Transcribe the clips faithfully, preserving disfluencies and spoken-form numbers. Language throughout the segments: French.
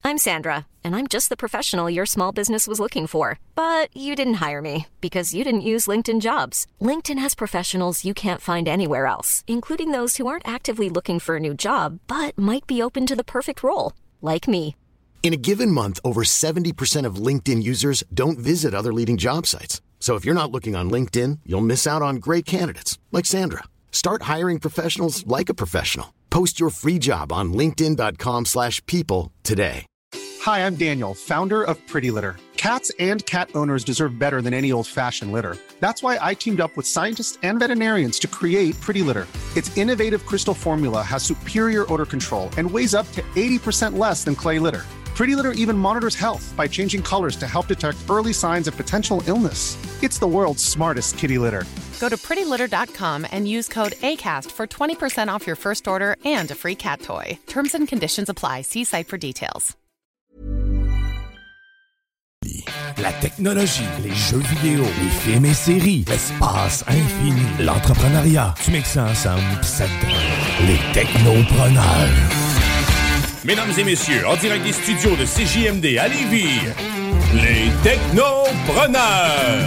I'm Sandra, and I'm just the professional your small business was looking for. But you didn't hire me because you didn't use LinkedIn Jobs. LinkedIn has professionals you can't find anywhere else, including those who aren't actively looking for a new job, but might be open to the perfect role, like me. In a given month, over seventy percent of LinkedIn users don't visit other leading job sites. So if you're not looking on LinkedIn, you'll miss out on great candidates, like Sandra. Start hiring professionals like a professional. Post your free job on linkedin.com slash people today. Hi, I'm Daniel, founder of Pretty Litter. Cats and cat owners deserve better than any old-fashioned litter. That's why I teamed up with scientists and veterinarians to create Pretty Litter. Its innovative crystal formula has superior odor control and weighs up to eighty percent less than clay litter. Pretty Litter even monitors health by changing colors to help detect early signs of potential illness. It's the world's smartest kitty litter. Go to pretty litter dot com and use code ACAST for twenty percent off your first order and a free cat toy. Terms and conditions apply. See site for details. La technologie, les jeux vidéo, les films et séries, l'espace infini, l'entrepreneuriat. Tu mixes ça ensemble pis ça te donne les technopreneurs. Mesdames et messieurs, en direct des studios de C J M D à Lévis, les technopreneurs.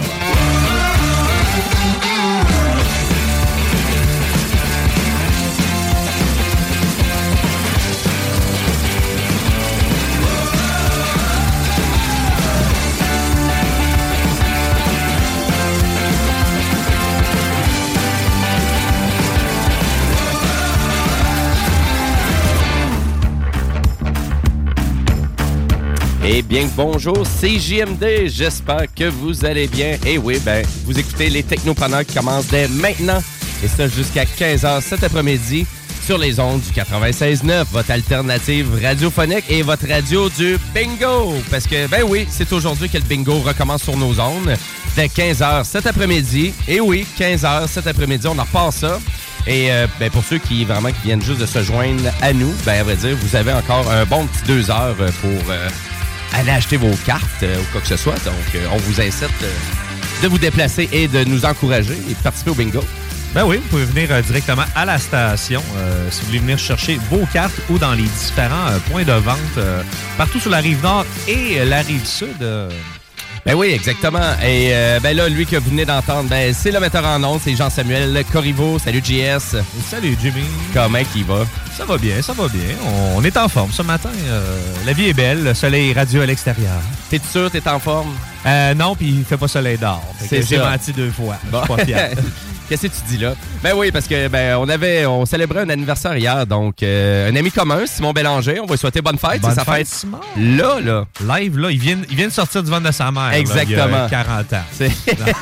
Eh bien, bonjour, C J M D, j'espère que vous allez bien. Et oui, ben, vous écoutez les Technopreneurs qui commencent dès maintenant, et ça jusqu'à quinze heures cet après-midi, sur les ondes du quatre-vingt-seize neuf, votre alternative radiophonique et votre radio du bingo. Parce que, ben oui, c'est aujourd'hui que le bingo recommence sur nos ondes, dès quinze heures cet après-midi. Et oui, quinze heures cet après-midi, on en repart ça. Et euh, ben pour ceux qui vraiment qui viennent juste de se joindre à nous, ben à vrai dire, vous avez encore un bon petit deux heures pour... Euh, allez acheter vos cartes euh, ou quoi que ce soit. Donc, euh, on vous incite euh, de vous déplacer et de nous encourager et de participer au bingo. Ben oui, vous pouvez venir euh, directement à la station euh, si vous voulez venir chercher vos cartes ou dans les différents euh, points de vente euh, partout sur la Rive-Nord et euh, la Rive-Sud. Euh. Ben oui, exactement. Et euh, ben là, lui que vous venez d'entendre, ben c'est le metteur en ondes, c'est Jean-Samuel Corriveau. Salut J S. Salut Jimmy. Comment il va? Ça va bien, ça va bien. On, on est en forme ce matin. Euh, la vie est belle, le soleil est radieux à l'extérieur. T'es sûr t'es en forme? Euh, non, puis il fait pas soleil dehors. C'est j'ai menti deux fois. Bon. Je suis pas fier. Qu'est-ce que tu dis là? Ben oui, parce que ben on avait on célébrait un anniversaire hier, donc euh, un ami commun, Simon Bélanger, on va lui souhaiter bonne fête. Bonne c'est sa fête, fête Simon. Là, là. Live, là, il vient, il vient de sortir du ventre de sa mère. Exactement. Là, il y a quarante ans. C'est...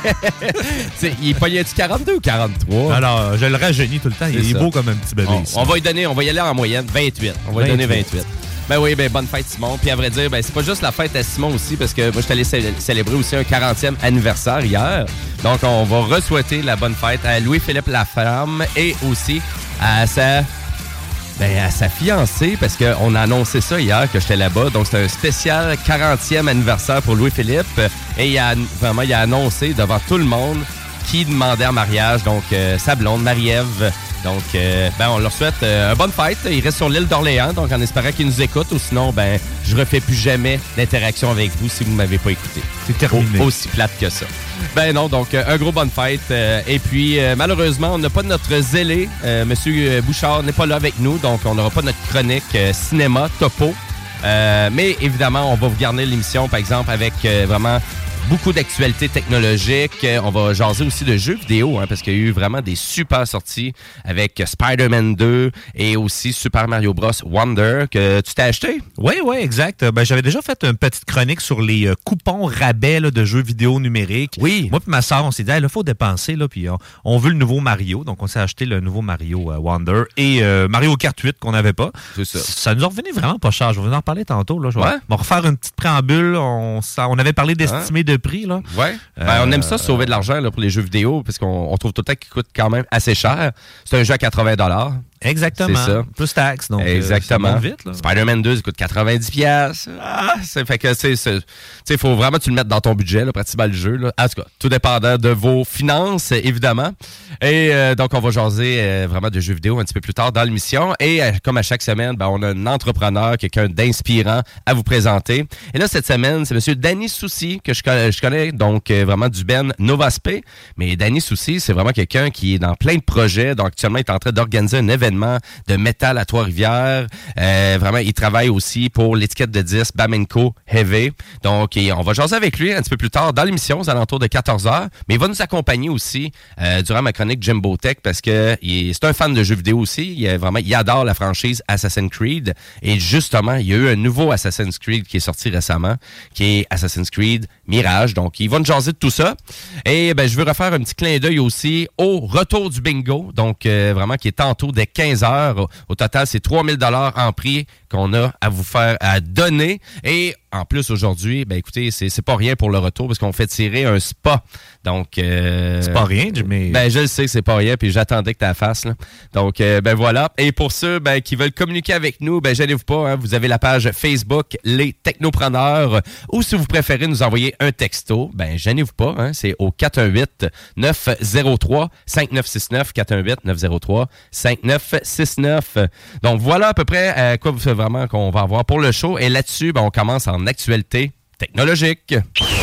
c'est... Il pognait-tu quarante-deux ou quarante-trois? Alors, je le rajeunis tout le temps. Il c'est est ça. Beau comme un petit bébé. On, on va lui donner, on va y aller en moyenne vingt-huit. On va lui donner vingt-huit. Ben oui, ben bonne fête Simon. Puis à vrai dire, ben c'est pas juste la fête à Simon aussi, parce que moi je suis allé cé- célébrer aussi un quarantième anniversaire hier. Donc on va re-souhaiter la bonne fête à Louis-Philippe Laflamme et aussi à sa ben à sa fiancée, parce qu'on a annoncé ça hier que j'étais là-bas. Donc c'est un spécial quarantième anniversaire pour Louis-Philippe. Et il a vraiment il a annoncé devant tout le monde qui demandait en mariage, donc euh, sa blonde, Marie-Ève. Donc, euh, ben, on leur souhaite euh, une bonne fête. Il reste sur l'île d'Orléans, donc en espérant qu'ils nous écoutent. Ou sinon, ben, je refais plus jamais d'interaction avec vous si vous ne m'avez pas écouté. C'est terminé. Au, aussi plate que ça. Ben non, donc euh, un gros bonne fête. Euh, et puis, euh, malheureusement, on n'a pas notre zélé. Euh, Monsieur Bouchard n'est pas là avec nous, donc on n'aura pas notre chronique euh, cinéma, topo. Euh, mais évidemment, on va vous garder l'émission, par exemple, avec euh, vraiment... beaucoup d'actualités technologiques. On va jaser aussi de jeux vidéo, hein, parce qu'il y a eu vraiment des super sorties avec Spider-Man deux et aussi Super Mario Bros. Wonder que tu t'es acheté. Oui, oui, exact. Ben, j'avais déjà fait une petite chronique sur les euh, coupons rabais là, de jeux vidéo numériques. Oui. Moi et ma soeur, on s'est dit, il hey, faut dépenser, là, puis on, on veut le nouveau Mario. Donc, on s'est acheté le nouveau Mario euh, Wonder et euh, Mario Kart huit qu'on n'avait pas. C'est ça. Ça nous a revenu vraiment pas cher. Je vais vous en reparler tantôt. Là. Je vais ouais. on va refaire une petite préambule. On, ça, on avait parlé d'estimer hein? de prix. Là. Ouais. Ben, euh, on aime ça sauver de l'argent là, pour les jeux vidéo parce qu'on on trouve tout le temps qu'ils coûtent quand même assez cher. C'est un jeu à quatre-vingts dollars. Exactement. C'est ça. Plus taxes, donc exactement. Euh, ça monte vite, là. Spider-Man deux, ça coûte quatre-vingt-dix piastres. Ah, c'est fait que c'est, c'est, il faut vraiment que tu le mettes dans ton budget, là, pratiquement le jeu. Là. En tout cas, tout dépendant de vos finances, évidemment. Et euh, donc, on va jaser euh, vraiment de jeux vidéo un petit peu plus tard dans l'émission. Et euh, comme à chaque semaine, ben, on a un entrepreneur, quelqu'un d'inspirant à vous présenter. Et là, cette semaine, c'est M. Danny Soucy, que je connais, je connais donc euh, vraiment du Ben Novaspé. Mais Danny Soucy, c'est vraiment quelqu'un qui est dans plein de projets. Donc, actuellement, il est en train d'organiser un événement de métal à Trois-Rivières. Euh, vraiment, il travaille aussi pour l'étiquette de disques Bamenco Heavy. Donc, et on va jaser avec lui un petit peu plus tard dans l'émission, aux alentours de quatorze heures. Mais il va nous accompagner aussi euh, durant ma chronique Jimbo Tech parce que il, c'est un fan de jeux vidéo aussi. Il, vraiment, il adore la franchise Assassin's Creed. Et justement, il y a eu un nouveau Assassin's Creed qui est sorti récemment, qui est Assassin's Creed Mirage. Donc, il va nous jaser de tout ça. Et ben, je veux refaire un petit clin d'œil aussi au retour du bingo. Donc, euh, vraiment, qui est tantôt dès quinze heures. Au total, c'est trois mille dollars en prix qu'on a à vous faire, à donner. Et en plus, aujourd'hui, ben écoutez, c'est, c'est pas rien pour le retour parce qu'on fait tirer un spa. Donc, euh, c'est pas rien, mais... Ben, je le sais que c'est pas rien, puis j'attendais que tu la fasses, là. Donc, euh, ben voilà. Et pour ceux ben, qui veulent communiquer avec nous, ben gênez-vous pas, hein, vous avez la page Facebook Les Technopreneurs, ou si vous préférez nous envoyer un texto, ben gênez-vous pas, hein, c'est au quatre un huit neuf zéro trois cinq neuf six neuf, quatre un huit neuf zéro trois cinq neuf six neuf. Donc, voilà à peu près euh, quoi vraiment qu'on va avoir pour le show. Et là-dessus, ben, on commence en actualité technologique.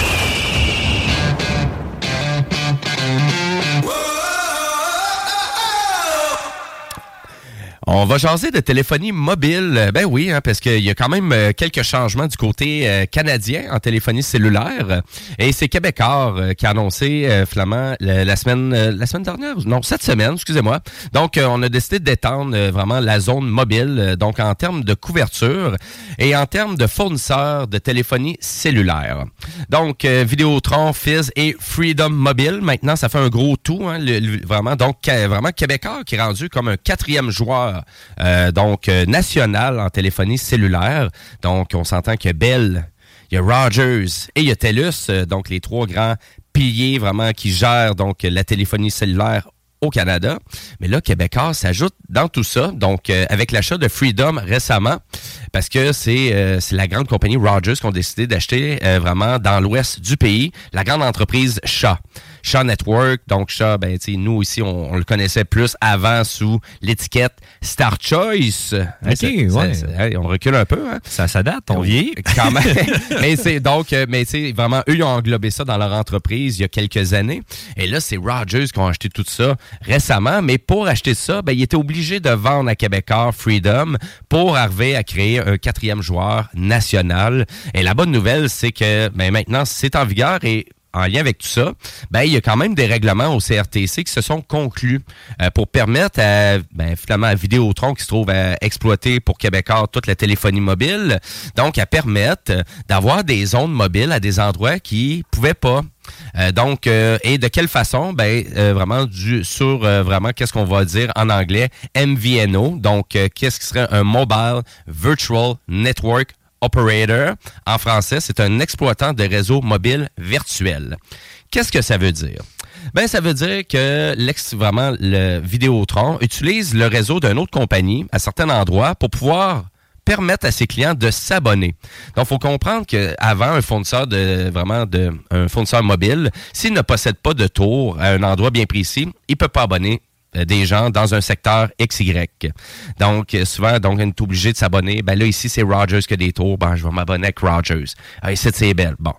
On va jaser de téléphonie mobile. Ben oui, hein, parce qu'il y a quand même euh, quelques changements du côté euh, canadien en téléphonie cellulaire. Et c'est Québécois euh, qui a annoncé, euh, Flamand, la, la semaine euh, la semaine dernière, non, cette semaine, excusez-moi. Donc, euh, on a décidé d'étendre euh, vraiment la zone mobile, euh, donc en termes de couverture et en termes de fournisseurs de téléphonie cellulaire. Donc, euh, Vidéotron, Fizz et Freedom Mobile. Maintenant, ça fait un gros tout, hein, le, le, vraiment. Donc, euh, vraiment Québécois qui est rendu comme un quatrième joueur Euh, donc, euh, national en téléphonie cellulaire. Donc, on s'entend qu'il y a Bell, il y a Rogers et il y a TELUS, euh, donc les trois grands piliers vraiment qui gèrent donc la téléphonie cellulaire au Canada. Mais là, Québécois s'ajoute dans tout ça, donc euh, avec l'achat de Freedom récemment, parce que c'est euh, c'est la grande compagnie Rogers qui ont décidé d'acheter euh, vraiment dans l'ouest du pays, la grande entreprise Shaw. Shaw Network, donc Shaw, ben, tu sais, nous ici, on, on le connaissait plus avant sous l'étiquette Star Choice. OK, ça, ouais. Ça, ça, on recule un peu, hein. Ça, ça date, on vieillit. Quand même. mais c'est donc, mais tu sais, vraiment, eux, ils ont englobé ça dans leur entreprise il y a quelques années. Et là, c'est Rogers qui ont acheté tout ça récemment. Mais pour acheter ça, ben, ils étaient obligés de vendre à Québécois Freedom pour arriver à créer un quatrième joueur national. Et la bonne nouvelle, c'est que ben, maintenant, c'est en vigueur et en lien avec tout ça, ben il y a quand même des règlements au C R T C qui se sont conclus euh, pour permettre à, ben, finalement, à Vidéotron qui se trouve à exploiter pour Québécois toute la téléphonie mobile, donc à permettre d'avoir des zones mobiles à des endroits qui pouvaient pas. Euh, donc, euh, et de quelle façon? Ben, euh, vraiment, du, sur euh, vraiment, qu'est-ce qu'on va dire en anglais? M V N O. Donc, euh, qu'est-ce qui serait un Mobile Virtual Network Operator. En français, c'est un exploitant de réseau mobile virtuel. Qu'est-ce que ça veut dire? Ben, ça veut dire que l'ex, vraiment, le Vidéotron utilise le réseau d'une autre compagnie à certains endroits pour pouvoir permettre à ses clients de s'abonner. Donc, il faut comprendre qu'avant, un fournisseur de vraiment de un fournisseur mobile, s'il ne possède pas de tour à un endroit bien précis, il ne peut pas abonner des gens dans un secteur X Y. Donc, souvent, donc, on est obligé de s'abonner. Ben là, ici, c'est Rogers qui a des tours. Ben, je vais m'abonner avec Rogers. Ah, ici, c'est Bell. Bon.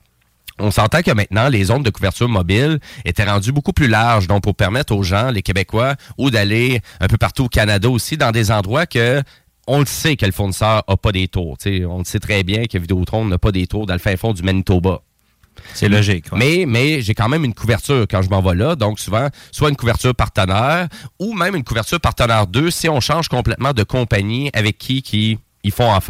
On s'entend que maintenant, les zones de couverture mobile étaient rendues beaucoup plus larges, donc pour permettre aux gens, les Québécois, ou d'aller un peu partout au Canada aussi, dans des endroits que on le sait que le fournisseur n'a pas des tours. T'sais, on le sait très bien que Vidéotron n'a pas des tours dans le fin fond du Manitoba. C'est logique. Ouais. Mais, mais j'ai quand même une couverture quand je m'en vais là. Donc, souvent, soit une couverture partenaire ou même une couverture partenaire deux si on change complètement de compagnie avec qui, qui ils font affaire.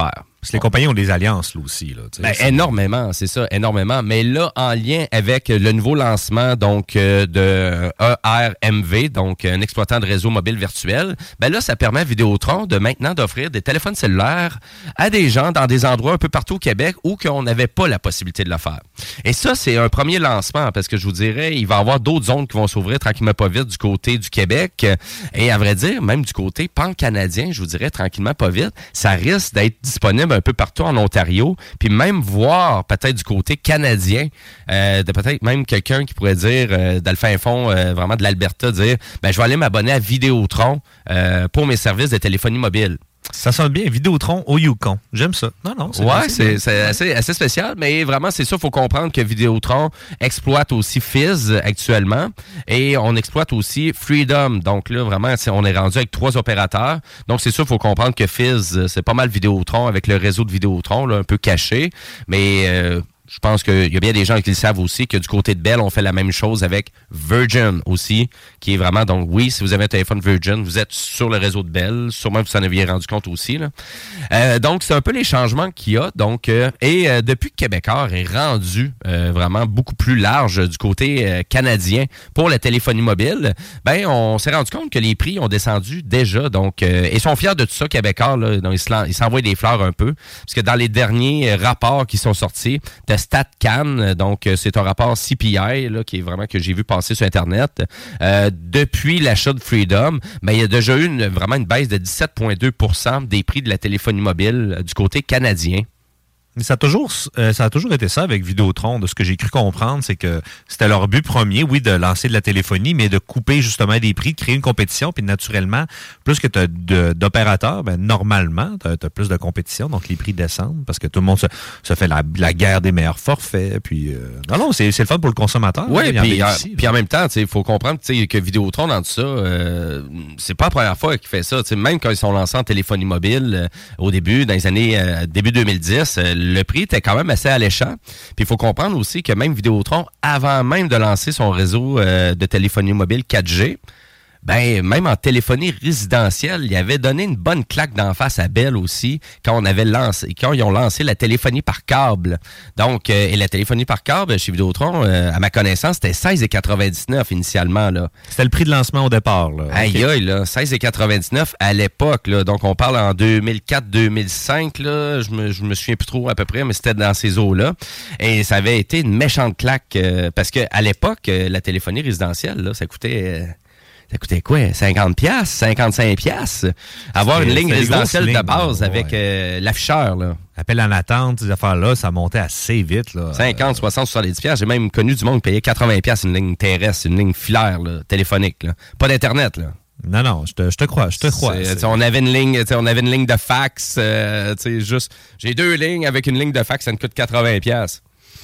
Parce que les compagnies ont des alliances, là, aussi. Là, ben, énormément, c'est ça, énormément. Mais là, en lien avec le nouveau lancement donc euh, de E R M V, donc un exploitant de réseau mobile virtuel, ben là, ça permet à Vidéotron de maintenant d'offrir des téléphones cellulaires à des gens dans des endroits un peu partout au Québec où on n'avait pas la possibilité de le faire. Et ça, c'est un premier lancement, parce que je vous dirais, il va y avoir d'autres zones qui vont s'ouvrir tranquillement pas vite du côté du Québec. Et à vrai dire, même du côté pan-canadien, je vous dirais, tranquillement pas vite, ça risque d'être disponible un peu partout en Ontario, puis même voir peut-être du côté canadien, euh, de peut-être même quelqu'un qui pourrait dire, euh, dans le fin fond, euh, vraiment de l'Alberta, dire, ben je vais aller m'abonner à Vidéotron euh, pour mes services de téléphonie mobile. Ça sonne bien, Vidéotron au Yukon. J'aime ça. Non, non, c'est ouais, c'est, c'est assez, assez spécial, mais vraiment, c'est ça, il faut comprendre que Vidéotron exploite aussi Fizz actuellement et on exploite aussi Freedom. Donc là, vraiment, on est rendu avec trois opérateurs. Donc c'est sûr, il faut comprendre que Fizz, c'est pas mal Vidéotron avec le réseau de Vidéotron, là, un peu caché, mais... Euh, je pense qu'il y a bien des gens qui le savent aussi, que du côté de Bell, on fait la même chose avec Virgin aussi, qui est vraiment, donc oui, si vous avez un téléphone Virgin, vous êtes sur le réseau de Bell, sûrement que vous en aviez rendu compte aussi. Là. Euh, donc, c'est un peu les changements qu'il y a. Donc, euh, et euh, depuis que Québécois est rendu euh, vraiment beaucoup plus large du côté euh, canadien pour la téléphonie mobile, ben on s'est rendu compte que les prix ont descendu déjà. Donc, euh, ils sont fiers de tout ça, Québécois. Là, donc, ils s'envoient des fleurs un peu, parce que dans les derniers rapports qui sont sortis, StatCan, donc c'est un rapport C P I là, qui est vraiment que j'ai vu passer sur Internet. Euh, depuis l'achat de Freedom, ben, il y a déjà eu une, vraiment une baisse de dix-sept virgule deux pour cent des prix de la téléphonie mobile euh, du côté canadien. Mais ça a toujours, euh, ça a toujours été ça avec Vidéotron. De ce que j'ai cru comprendre, c'est que c'était leur but premier, oui, de lancer de la téléphonie, mais de couper justement des prix, de créer une compétition. Puis naturellement, plus que tu as d'opérateurs, ben, normalement, tu as plus de compétition, donc les prix descendent parce que tout le monde se, se fait la, la guerre des meilleurs forfaits. Puis, euh, non, non, c'est le fun pour le consommateur. Oui, puis en, en même temps, il faut comprendre que Vidéotron, dans tout ça, euh, c'est pas la première fois qu'il fait ça. T'sais, même quand ils sont lancés en téléphonie mobile, euh, au début, dans les années, euh, début deux mille dix, euh, le prix était quand même assez alléchant. Puis il faut comprendre aussi que même Vidéotron, avant même de lancer son réseau euh, de téléphonie mobile quatre G, ben même en téléphonie résidentielle, il avait donné une bonne claque d'en face à Bell aussi quand on avait lancé, quand ils ont lancé la téléphonie par câble. Donc, euh, et la téléphonie par câble chez Vidéotron, euh, à ma connaissance, c'était seize virgule quatre-vingt-dix-neuf initialement là. C'était le prix de lancement au départ là. Aïe okay. aïe là, seize virgule quatre-vingt-dix-neuf à l'époque là. Donc on parle en deux mille quatre deux mille cinq là, je me je me souviens plus trop à peu près, mais c'était dans ces eaux là. Et ça avait été une méchante claque euh, parce que à l'époque, euh, la téléphonie résidentielle là, ça coûtait euh, Ça coûtait quoi? cinquante piastres, cinquante-cinq piastres. Avoir une ligne résidentielle de base là, avec ouais. euh, l'afficheur, là. Appel en attente, ces affaires-là, ça montait assez vite, là. cinquante, soixante, soixante-dix piastres. J'ai même connu du monde qui payait quatre-vingts piastres une ligne terrestre, une ligne filaire, là, téléphonique, là. Pas d'Internet, là. Non, non, je te, je te crois, je te crois. On avait une ligne, on avait une ligne de fax, euh, tu sais, juste, j'ai deux lignes avec une ligne de fax, ça me coûte quatre-vingts piastres.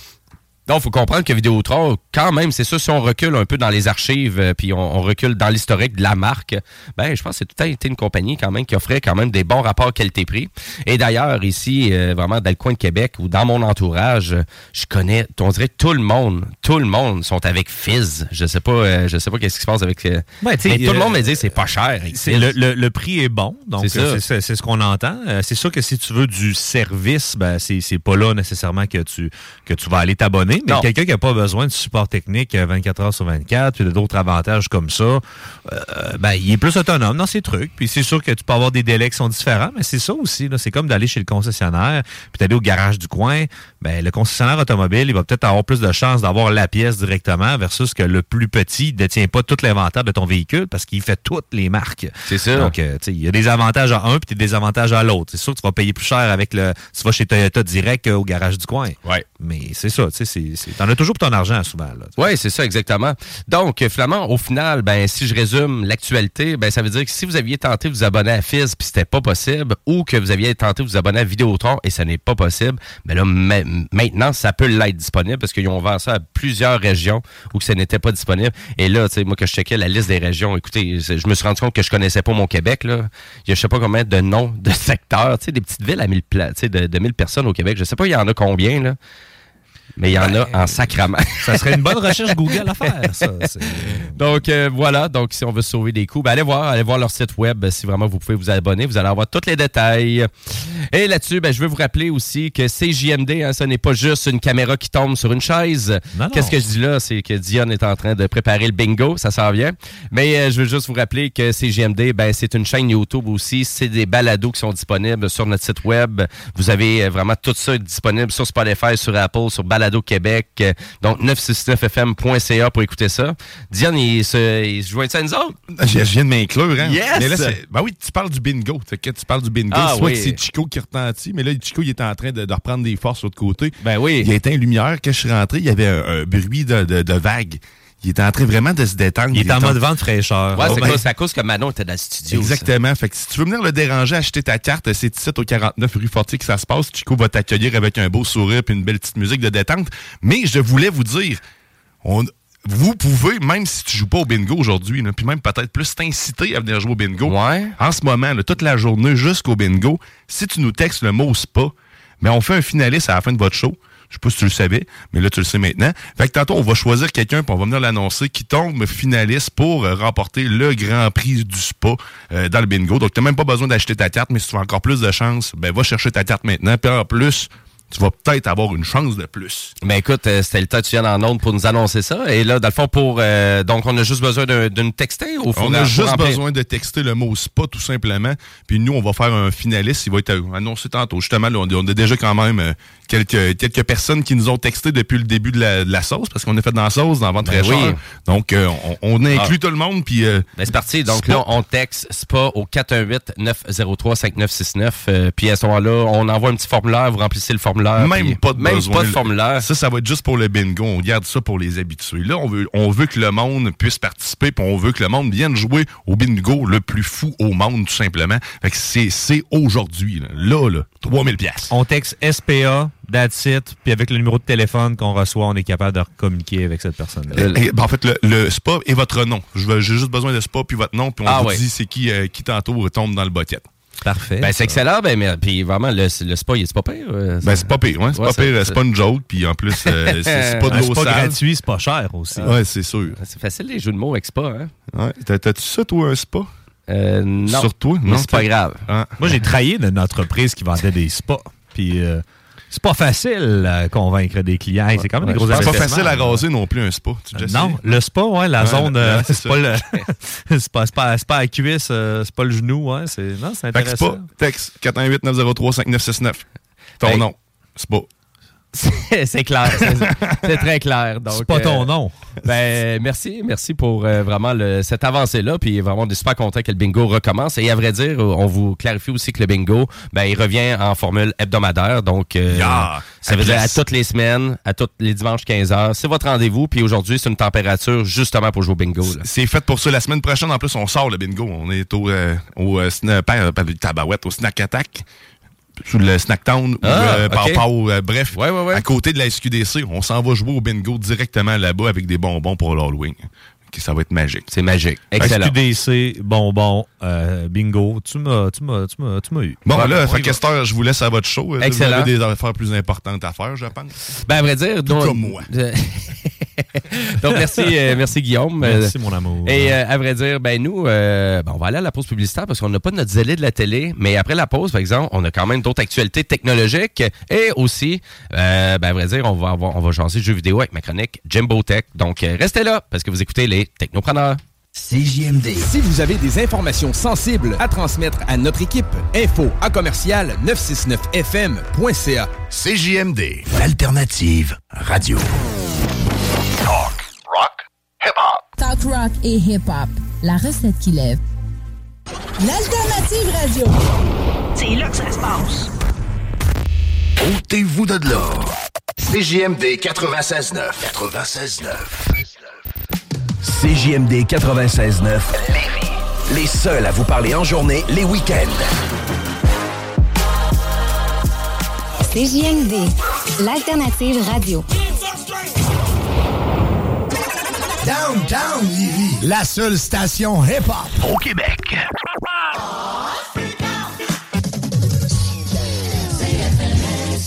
Donc, il faut comprendre que Vidéotron, quand même, c'est ça, si on recule un peu dans les archives, euh, puis on, on recule dans l'historique de la marque, ben, je pense que c'est tout à été une compagnie quand même qui offrait quand même des bons rapports qualité-prix. Et d'ailleurs, ici, euh, vraiment, dans le coin de Québec ou dans mon entourage, je connais, on dirait tout le monde, tout le monde sont avec Fizz. Je sais pas, euh, je sais pas qu'est-ce qui se passe avec... Euh, ouais, mais tout euh, le monde me dit que c'est pas cher. C'est le, le, le prix est bon, donc c'est, c'est, c'est ce qu'on entend. Euh, c'est sûr que si tu veux du service, ben, c'est, c'est pas là nécessairement que tu, que tu vas aller t'abonner. Mais non. Quelqu'un qui n'a pas besoin de support technique vingt-quatre heures sur vingt-quatre, puis d'autres avantages comme ça, euh, ben, il est plus autonome dans ses trucs. Puis c'est sûr que tu peux avoir des délais qui sont différents, mais c'est ça aussi. Là, c'est comme d'aller chez le concessionnaire, puis d'aller au garage du coin. Ben, le concessionnaire automobile, il va peut-être avoir plus de chances d'avoir la pièce directement versus que le plus petit ne détient pas tout l'inventaire de ton véhicule parce qu'il fait toutes les marques. C'est ça. Donc, euh, tu sais, il y a des avantages à un puis des désavantages à l'autre. C'est sûr que tu vas payer plus cher avec le... Tu vas chez Toyota direct au garage du coin. Ouais. Mais c'est ça, tu sais, c'est, c'est, t'en as toujours pour ton argent, souvent. Oui, c'est ça, exactement. Donc, Flamand, au final, ben, si je résume l'actualité, ben, ça veut dire que si vous aviez tenté de vous abonner à Fizz puis c'était pas possible, ou que vous aviez tenté de vous abonner à Vidéotron et ça n'est pas possible, ben là, ma- maintenant, ça peut l'être disponible parce qu'ils ont ouvert ça à plusieurs régions où que ça n'était pas disponible. Et là, tu sais, moi, que je checkais la liste des régions, écoutez, je me suis rendu compte que je connaissais pas mon Québec, là. Il y a je sais pas combien de noms de secteurs, tu sais, des petites villes à mille, pla- tu sais, de, de mille personnes au Québec. Je sais pas, il y en a combien, là. Mais il y en ben, a en sacrament. Ça serait une bonne recherche Google à faire, ça. C'est... Donc, euh, voilà. Donc, si on veut sauver des coûts, ben, allez voir, allez voir leur site web. Si vraiment vous pouvez vous abonner, vous allez avoir tous les détails. Et là-dessus, ben, je veux vous rappeler aussi que C J M D, hein, ce n'est pas juste une caméra qui tombe sur une chaise. Non, non. Qu'est-ce que je dis là? C'est que Dion est en train de préparer le bingo. Ça s'en vient. Mais euh, je veux juste vous rappeler que C J M D, ben, c'est une chaîne YouTube aussi. C'est des balados qui sont disponibles sur notre site web. Vous avez vraiment tout ça disponible sur Spotify, sur Apple, sur Balado Québec. Donc, neuf cent soixante-neuf F M point C A pour écouter ça. Diane, il se, il se joint ça à nous autres? Je, je viens de m'inclure, hein? Yes! Mais là, c'est, ben oui, tu parles du bingo. Tu parles du bingo. Ah, soit oui. que c'est Chico qui retentit, mais là, Chico, il est en train de, de reprendre des forces de l'autre côté. Ben oui. Il a éteint une lumière. Quand je suis rentré, il y avait un, un bruit de, de, de vague. Il était en train vraiment de se détendre. Il, il est en mode vent de fraîcheur. Ouais, oh, c'est, ben... cause, à cause que Manon était dans le studio. Exactement. Ça. Fait que si tu veux venir le déranger, acheter ta carte, c'est ici au quarante-neuf rue Fortier que ça se passe. Chico va t'accueillir avec un beau sourire et une belle petite musique de détente. Mais je voulais vous dire, on, vous pouvez, même si tu joues pas au bingo aujourd'hui, là, puis même peut-être plus t'inciter à venir jouer au bingo. Ouais. En ce moment, là, toute la journée jusqu'au bingo, si tu nous textes le mot spa, mais on fait un finaliste à la fin de votre show. Je sais pas si tu le savais, mais là, tu le sais maintenant. Fait que tantôt, on va choisir quelqu'un, puis on va venir l'annoncer, qui tombe finaliste pour euh, remporter le grand prix du spa euh, dans le bingo. Donc, tu n'as même pas besoin d'acheter ta carte, mais si tu as encore plus de chance, ben va chercher ta carte maintenant. Puis en plus, tu vas peut-être avoir une chance de plus. Ben écoute, euh, c'était le temps que tu viennes en ondes pour nous annoncer ça. Et là, dans le fond, pour euh, donc on a juste besoin d'un, d'une texter au fond. On a juste besoin de texter le mot spa, tout simplement. Puis nous, on va faire un finaliste. Il va être annoncé tantôt. Justement, là, on, on a déjà quand même euh, quelques, quelques personnes qui nous ont texté depuis le début de la, de la sauce, parce qu'on a fait dans la sauce, dans Vente ben fraîcheur. Oui. Donc, euh, on, on inclut ah. tout le monde. Puis, euh, ben c'est parti. Donc spa. Là, on texte spa au quatre un huit neuf zéro trois cinq neuf six neuf. Euh, puis à ce moment-là, on envoie un petit formulaire. Vous remplissez le formulaire. Même puis, pas de Même besoin. pas de formulaire. Ça, ça va être juste pour le bingo. On garde ça pour les habitués. Là, on veut, on veut que le monde puisse participer, puis on veut que le monde vienne jouer au bingo le plus fou au monde, tout simplement. Fait que c'est, c'est aujourd'hui. Là, là, là trois mille dollars. On texte S P A, that's it, puis avec le numéro de téléphone qu'on reçoit, on est capable de communiquer avec cette personne-là. Et, et, ben, en fait, le, le spa et votre nom. Je veux, j'ai juste besoin de spa puis votre nom, puis on ah, vous ouais. dit c'est qui, euh, qui tantôt tombe dans le bucket. Parfait. Ben, c'est excellent. Ben, mais, puis vraiment, le, le spa, il est pas pire. Euh, ben, c'est pas pire, ouais. C'est ouais, pas c'est, pire. C'est... c'est pas une joke. Puis en plus, euh, c'est, c'est pas de l'eau sale. C'est pas gratuit, c'est pas cher aussi. Ah. Ouais, c'est sûr. C'est facile, les jeux de mots avec spa, hein. Ouais. T'as, t'as-tu ça, toi, un spa? Euh, non. Sur toi? Non, c'est pas grave. Ah. Moi, j'ai travaillé dans une entreprise qui vendait des spas. Puis, euh, c'est pas facile à convaincre des clients. Hey, c'est quand même ouais, des gros investissements. C'est pas facile à raser non plus, un spa. Tu euh, non, le spa, ouais, la ouais, zone, euh, c'est, c'est, pas le, c'est, pas, c'est, pas, c'est pas la cuisse, euh, c'est pas le genou. Ouais, c'est, non, c'est intéressant. Fait que spa, texte quatre un huit neuf zéro trois cinq neuf six neuf. Ton hey. nom, spa. C'est, c'est clair, c'est, c'est très clair. Donc, c'est pas ton nom. Euh, ben merci, merci pour euh, vraiment le, cette avancée-là. Puis vraiment, on est super content que le bingo recommence. Et à vrai dire, on vous clarifie aussi que le bingo, ben il revient en formule hebdomadaire. Donc euh, yeah, ça veut dire à toutes les semaines, à tous les dimanches quinze heures. C'est votre rendez-vous. Puis aujourd'hui, c'est une température justement pour jouer au bingo. Là. C'est fait pour ça. La semaine prochaine, en plus, on sort le bingo. On est au euh, au euh, snack, pas, pas, tabarouette, au Snack Attack. Sur le Snacktown, ah, ou euh, okay. Pau, euh, bref, ouais, ouais, ouais. à côté de la S Q D C, on s'en va jouer au bingo directement là-bas avec des bonbons pour l'Halloween. Okay, ça va être magique. C'est magique. Excellent. S Q D C, bonbons, euh, bingo, tu m'as, tu m'as, tu m'as, tu m'as eu. Bon, ouais, là, fait qu'à cette heure, je vous laisse à votre show. Excellent. Vous avez des affaires plus importantes à faire, je pense. Ben, à vrai dire, tout donc, comme moi. donc, merci, euh, merci Guillaume. Merci, mon amour. Et euh, à vrai dire, ben nous, euh, ben, on va aller à la pause publicitaire parce qu'on n'a pas notre zélé de la télé. Mais après la pause, par exemple, on a quand même d'autres actualités technologiques. Et aussi, euh, ben, à vrai dire, on va avoir, on va jaser jeux vidéo avec ma chronique Jimbo Tech. Donc, euh, restez là parce que vous écoutez les Technopreneurs. C J M D. Si vous avez des informations sensibles à transmettre à notre équipe, info à commercial neuf cent soixante-neuf F M point C A. C J M D, l'alternative radio. Talk, rock, hip-hop. Talk, rock et hip-hop. La recette qui lève. L'alternative radio. C'est là que ça se passe. Ôtez-vous de là. C J M D quatre-vingt-seize neuf. quatre-vingt-seize neuf. C J M D quatre-vingt-seize neuf. Lévis. Les seuls à vous parler en journée, les week-ends. C J M D, l'alternative radio. Downtown Lévis, la seule station hip-hop au Québec.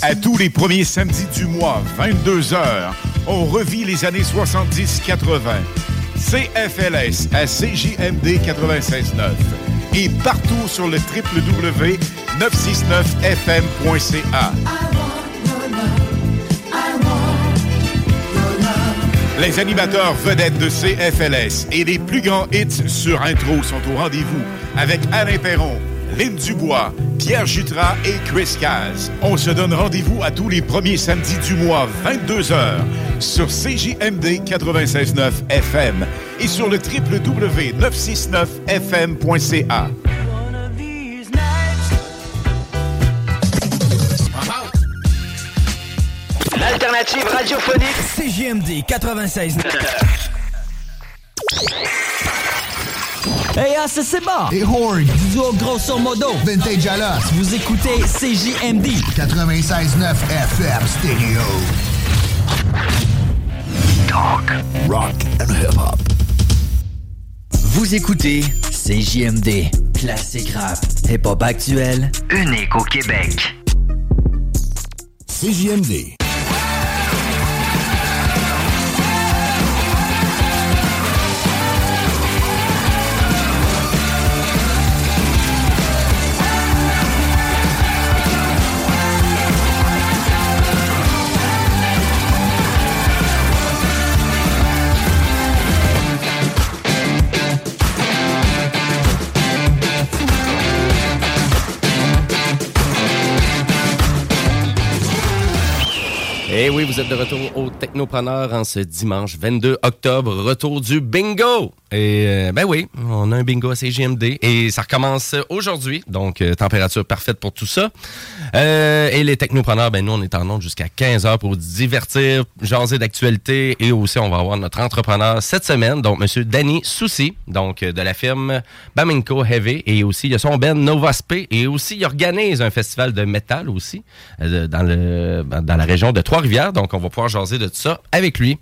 À tous les premiers samedis du mois, vingt-deux heures, on revit les années soixante-dix quatre-vingts. C F L S à C J M D quatre-vingt-seize neuf et partout sur le w w w point neuf cent soixante-neuf F M point C A. Les animateurs vedettes de C F L S et les plus grands hits sur intro sont au rendez-vous avec Alain Perron, Lynn Dubois, Pierre Jutras et Chris Caz. On se donne rendez-vous à tous les premiers samedis du mois, vingt-deux heures, sur C J M D quatre-vingt-seize neuf F M et sur le w w w point neuf cent soixante-neuf F M point C A. L'alternative radiophonique C J M D quatre-vingt-seize neuf. Hey, ah, c'est c'est bon! Et Horn! Du duo grosso modo! Vintage Alos! Vous écoutez C J M D quatre-vingt-seize neuf F M Stereo. Talk, rock and hip-hop. Vous écoutez C J M D, classique rap, hip-hop actuel, unique au Québec. C J M D. Et oui, vous êtes de retour au Technopreneur en ce dimanche vingt-deux octobre, retour du bingo! Et euh, ben oui, on a un bingo à C J M D et ça recommence aujourd'hui, donc euh, température parfaite pour tout ça. Euh, et les Technopreneurs, ben nous on est en onde jusqu'à quinze heures pour divertir, jaser d'actualité et aussi on va avoir notre entrepreneur cette semaine, donc Monsieur Danny Soucy, donc euh, de la firme Baminco Heavy et aussi il y a son band Novaspé et aussi il organise un festival de métal aussi euh, dans, le, dans la région de Trois-Rivières, donc on va pouvoir jaser de tout ça avec lui.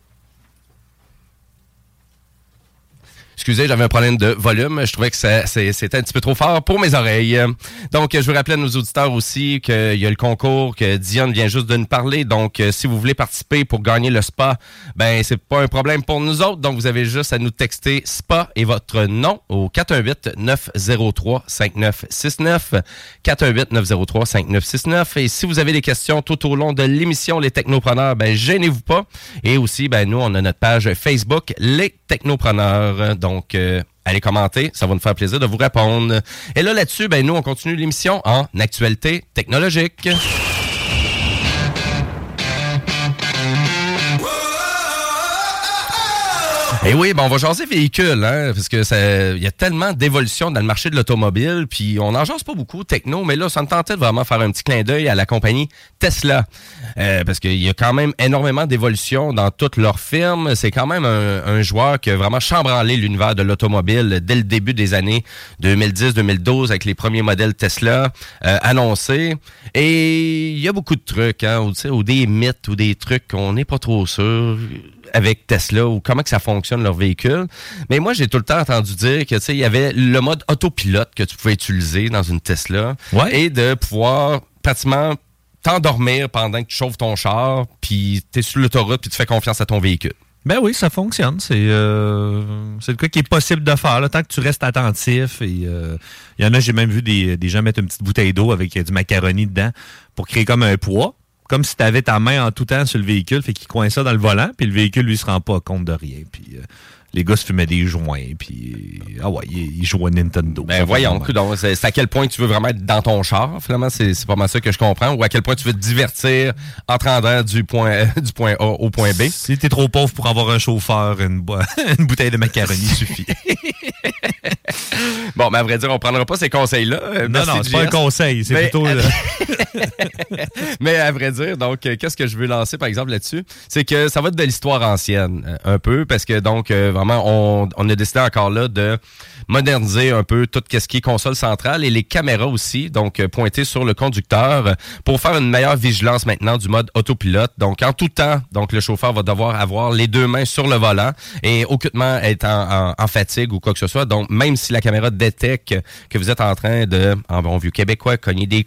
Excusez, j'avais un problème de volume. Je trouvais que ça, c'est, c'était un petit peu trop fort pour mes oreilles. Donc, je veux rappeler à nos auditeurs aussi qu'il y a le concours que Dionne vient juste de nous parler. Donc, si vous voulez participer pour gagner le spa, ben c'est pas un problème pour nous autres. Donc, vous avez juste à nous texter spa et votre nom au quatre un huit neuf zéro trois cinq neuf six neuf. quatre un huit neuf zéro trois cinq neuf six neuf. Et si vous avez des questions tout au long de l'émission Les Technopreneurs, ben gênez-vous pas. Et aussi, ben nous, on a notre page Facebook Les Technopreneurs. Donc, euh, allez commenter, ça va nous faire plaisir de vous répondre. Et là, là-dessus, ben nous, on continue l'émission en actualité technologique. Et oui, ben on va jaser véhicules, hein, parce que ça, il y a tellement d'évolution dans le marché de l'automobile, puis on n'en jase pas beaucoup, techno, mais là, ça me tentait de vraiment faire un petit clin d'œil à la compagnie Tesla, euh, parce qu'il y a quand même énormément d'évolution dans toute leur firme. C'est quand même un, un joueur qui a vraiment chambranlé l'univers de l'automobile dès le début des années deux mille dix deux mille douze avec les premiers modèles Tesla euh, annoncés. Et il y a beaucoup de trucs, hein, ou, ou des mythes ou des trucs qu'on n'est pas trop sûr avec Tesla ou comment que ça fonctionne leur véhicule. Mais moi, j'ai tout le temps entendu dire que, tu sais, il y avait le mode autopilote que tu pouvais utiliser dans une Tesla ouais. et de pouvoir pratiquement t'endormir pendant que tu chauffes ton char, puis tu es sur l'autoroute, puis tu fais confiance à ton véhicule. Ben oui, ça fonctionne. C'est euh, c'est le cas qui est possible de faire, là, tant que tu restes attentif. Et il euh, y en a, j'ai même vu des, des gens mettre une petite bouteille d'eau avec du macaroni dedans pour créer comme un poids. Comme si tu avais ta main en tout temps sur le véhicule, fait qu'il coince ça dans le volant, puis le véhicule, lui, se rend pas compte de rien. Puis euh, les gars se fumaient des joints, puis ah ouais, ils, ils jouaient à Nintendo. Ben voyons, donc, c'est, c'est à quel point tu veux vraiment être dans ton char, finalement, c'est, c'est pas mal ça que je comprends, ou à quel point tu veux te divertir en te rendant du point, du point A au point B. Si t'es trop pauvre pour avoir un chauffeur, une, bo- une bouteille de macaroni suffit. Bon, mais à vrai dire, on prendra pas ces conseils-là. Non, Merci non, c'est pas un conseil, c'est mais, plutôt... À... mais à vrai dire, donc, qu'est-ce que je veux lancer, par exemple, là-dessus? C'est que ça va être de l'histoire ancienne, un peu, parce que, donc, vraiment, on, on a décidé encore là de moderniser un peu tout ce qui est console centrale et les caméras aussi, donc, pointées sur le conducteur pour faire une meilleure vigilance maintenant du mode autopilote. Donc, en tout temps, donc, le chauffeur va devoir avoir les deux mains sur le volant et aucunement être en, en, en fatigue ou quoi que ce soit. Donc, même si la caméra détecte que vous êtes en train de, en bon vieux québécois, cogner des clous,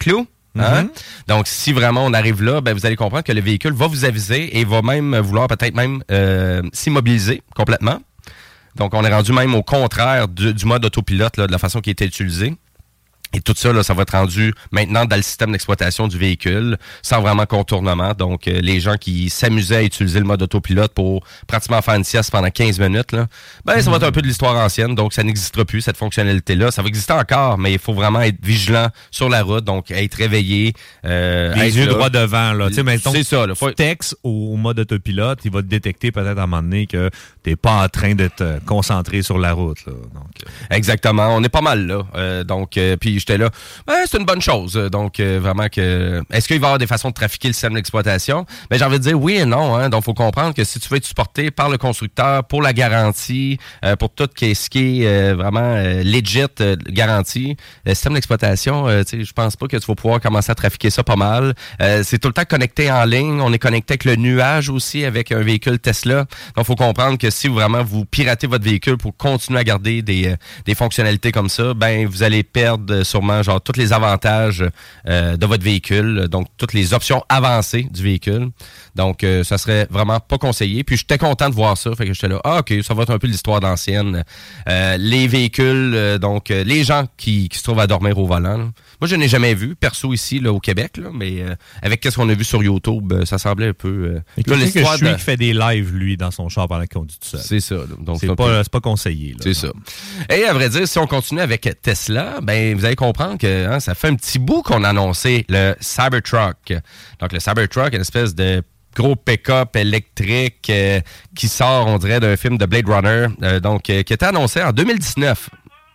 Hein? Mm-hmm. Donc, si vraiment on arrive là, ben, vous allez comprendre que le véhicule va vous aviser et va même vouloir peut-être même euh, s'immobiliser complètement. Donc, on est rendu même au contraire du, du mode autopilote, là, de la façon qui était utilisée. Et tout ça, là, ça va être rendu maintenant dans le système d'exploitation du véhicule, sans vraiment contournement. Donc, euh, les gens qui s'amusaient à utiliser le mode autopilote pour pratiquement faire une sieste pendant quinze minutes, là, ben, mmh. ça va être un peu de l'histoire ancienne. Donc, ça n'existera plus, cette fonctionnalité-là. Ça va exister encore, mais il faut vraiment être vigilant sur la route, donc être réveillé. Euh, les être yeux là. droit devant, là. Tu sais, mettons, c'est ça, là. Faut... tu textes au, au mode autopilote, il va te détecter peut-être à un moment donné que t'es pas en train de te concentrer sur la route, là. Donc, euh... Exactement. On est pas mal là. Euh, donc, euh, puis j'étais là. Ben, c'est une bonne chose. Donc, euh, vraiment que... Est-ce qu'il va y avoir des façons de trafiquer le système d'exploitation? Ben, j'ai envie de dire oui et non. Hein. Donc, il faut comprendre que si tu veux être supporté par le constructeur pour la garantie, euh, pour tout ce qui est euh, vraiment euh, legit euh, garantie, le système d'exploitation, euh, tu sais, je pense pas que tu vas pouvoir commencer à trafiquer ça pas mal. Euh, c'est tout le temps connecté en ligne. On est connecté avec le nuage aussi, avec un véhicule Tesla. Donc, il faut comprendre que si vraiment vous piratez votre véhicule pour continuer à garder des, euh, des fonctionnalités comme ça, ben vous allez perdre sûrement genre tous les avantages euh, de votre véhicule, donc toutes les options avancées du véhicule. Donc, euh, ça serait vraiment pas conseillé. Puis, j'étais content de voir ça. Fait que j'étais là, ah, OK, ça va être un peu l'histoire d'ancienne. Euh, les véhicules, euh, donc, euh, les gens qui, qui se trouvent à dormir au volant. Là. Moi, je n'ai jamais vu, perso, ici, là, au Québec, là, mais euh, avec qu'est-ce qu'on a vu sur YouTube, euh, ça semblait un peu... Euh, Et là, l'histoire que je suis de... qui fait des lives, lui, dans son char pendant qu'il conduit tout seul. C'est ça. Là. Donc, c'est, c'est, pas, peu... c'est pas conseillé. Là, c'est non. ça. Et à vrai dire, si on continue avec Tesla, ben vous allez comprendre que hein, ça fait un petit bout qu'on a annoncé le Cybertruck. Donc, le Cybertruck, une espèce de gros pick-up électrique euh, qui sort, on dirait, d'un film de Blade Runner, euh, donc euh, qui était annoncé en deux mille dix-neuf.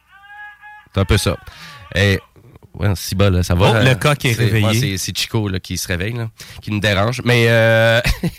C'est un peu ça. Et... Ouais, si bas, là, ça va. Oh, euh, le coq est, est réveillé. Ouais, c'est, c'est Chico là, qui se réveille, là, qui nous dérange. Mais euh,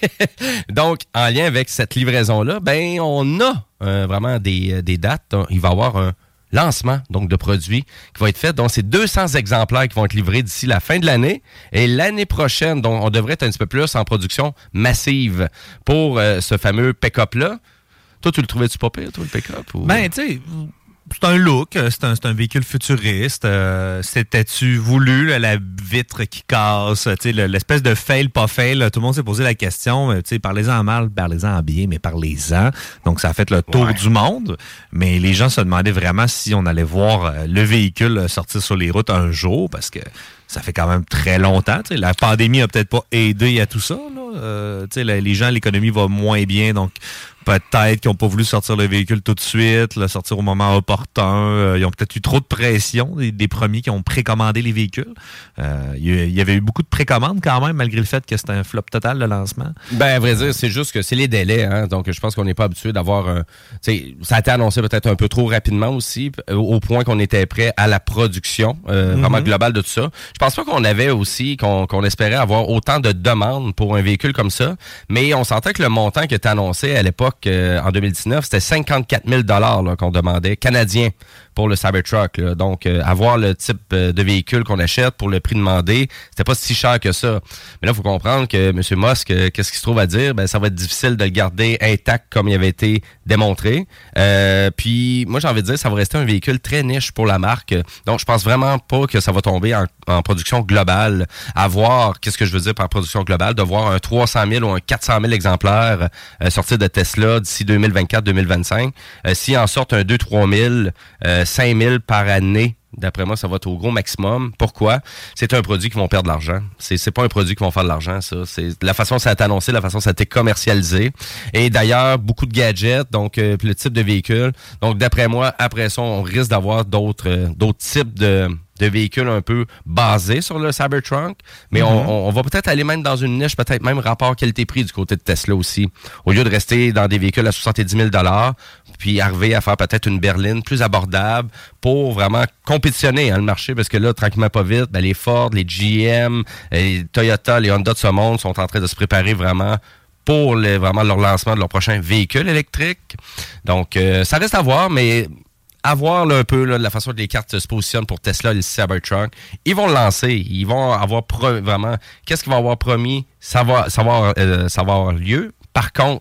donc, en lien avec cette livraison-là, ben on a euh, vraiment des, des dates. Il va y avoir un lancement donc de produits qui va être fait. Donc, c'est deux cents exemplaires qui vont être livrés d'ici la fin de l'année. Et l'année prochaine, donc, on devrait être un petit peu plus en production massive pour euh, ce fameux pick-up-là. Toi, tu le trouvais-tu pas pire, toi, le pick-up? Ou... Ben, tu sais... C'est un look, c'est un, c'est un véhicule futuriste. Euh, c'était-tu voulu, là, la vitre qui casse, le, l'espèce de fail, pas fail, là, tout le monde s'est posé la question, parlez-en en mal, parlez-en en bien, mais parlez-en. Donc, ça a fait le tour ouais. du monde. Mais les gens se demandaient vraiment si on allait voir le véhicule sortir sur les routes un jour, parce que ça fait quand même très longtemps. T'sais. La pandémie a peut-être pas aidé à tout ça. Là. Euh, la, les gens, l'économie va moins bien, donc peut-être qu'ils n'ont pas voulu sortir le véhicule tout de suite, le sortir au moment opportun. Euh, ils ont peut-être eu trop de pression des, des premiers qui ont précommandé les véhicules. Euh, il y avait eu beaucoup de précommandes quand même, malgré le fait que c'était un flop total le lancement. Ben, à vrai dire, c'est juste que c'est les délais. Hein? Donc, je pense qu'on n'est pas habitué d'avoir un... T'sais, ça a été annoncé peut-être un peu trop rapidement aussi, au point qu'on était prêt à la production euh, mm-hmm. vraiment globale de tout ça. Je pense pas qu'on avait aussi, qu'on, qu'on espérait avoir autant de demandes pour un véhicule comme ça, mais on sentait que le montant qui était annoncé à l'époque, euh, en deux mille dix-neuf, c'était cinquante-quatre mille dollars là, qu'on demandait, canadiens, pour le Cybertruck. Là. Donc, euh, avoir le type euh, de véhicule qu'on achète pour le prix demandé, c'était pas si cher que ça. Mais là, il faut comprendre que M. Musk, euh, qu'est-ce qu'il se trouve à dire? Ben, ça va être difficile de le garder intact comme il avait été démontré. Euh, puis, moi, j'ai envie de dire, ça va rester un véhicule très niche pour la marque. Donc, je pense vraiment pas que ça va tomber en, en production globale. À voir, qu'est-ce que je veux dire par production globale? De voir un trois cent mille ou un quatre cent mille exemplaires euh, sortir de Tesla d'ici deux mille vingt-quatre deux mille vingt-cinq. Euh, s'ils en sortent un deux trois mille, euh, cinq mille par année, d'après moi, ça va être au gros maximum. Pourquoi? C'est un produit qui vont perdre de l'argent. C'est, c'est pas un produit qui vont faire de l'argent, ça. C'est la façon dont ça a été annoncé, la façon dont ça a été commercialisé. Et d'ailleurs, beaucoup de gadgets, donc euh, le type de véhicule. Donc, d'après moi, après ça, on risque d'avoir d'autres, euh, d'autres types de... de véhicules un peu basés sur le Cybertruck, mais mm-hmm. on, on va peut-être aller même dans une niche, peut-être même rapport qualité-prix du côté de Tesla aussi. Au lieu de rester dans des véhicules à soixante-dix mille dollars, puis arriver à faire peut-être une berline plus abordable pour vraiment compétitionner hein, le marché, parce que là, tranquillement pas vite, ben, les Ford, les G M, les Toyota, les Honda de ce monde sont en train de se préparer vraiment pour les, vraiment leur lancement de leur prochain véhicule électrique. Donc, euh, ça reste à voir, mais... à voir là, un peu là, la façon dont les cartes se positionnent pour Tesla et le Cybertruck. Ils vont le lancer. Ils vont avoir pro- vraiment... Qu'est-ce qu'ils vont avoir promis? Ça va, ça va, euh, ça va avoir lieu. Par contre,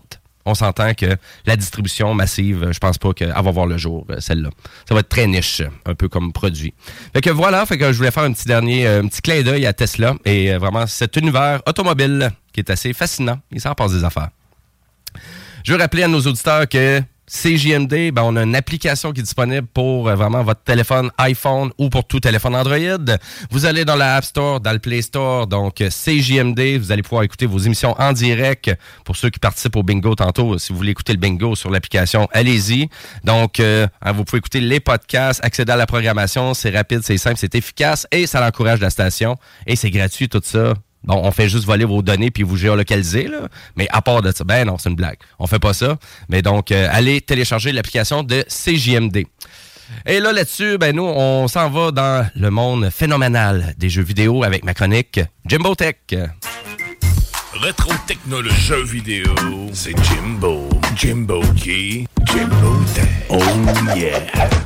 on s'entend que la distribution massive, je pense pas qu'elle va voir le jour, celle-là. Ça va être très niche, un peu comme produit. Fait que voilà, fait que je voulais faire un petit dernier, un petit clin d'œil à Tesla et euh, vraiment cet univers automobile qui est assez fascinant. Il s'en passe des affaires. Je veux rappeler à nos auditeurs que C J M D, ben, on a une application qui est disponible pour euh, vraiment votre téléphone iPhone ou pour tout téléphone Android. Vous allez dans la App Store, dans le Play Store, donc C J M D, vous allez pouvoir écouter vos émissions en direct. Pour ceux qui participent au bingo tantôt, si vous voulez écouter le bingo sur l'application, allez-y. Donc, euh, vous pouvez écouter les podcasts, accéder à la programmation, c'est rapide, c'est simple, c'est efficace et ça l'encourage la station. Et c'est gratuit tout ça. Bon, on fait juste voler vos données puis vous géolocaliser, là. Mais à part de ça, ben non, c'est une blague. On fait pas ça. Mais donc, euh, allez télécharger l'application de C J M D. Et là, là-dessus, ben nous, on s'en va dans le monde phénoménal des jeux vidéo avec ma chronique Jimbo Tech. Rétro technologie jeux vidéo, c'est Jimbo. Jimbo qui? Jimbo Tech. Oh yeah!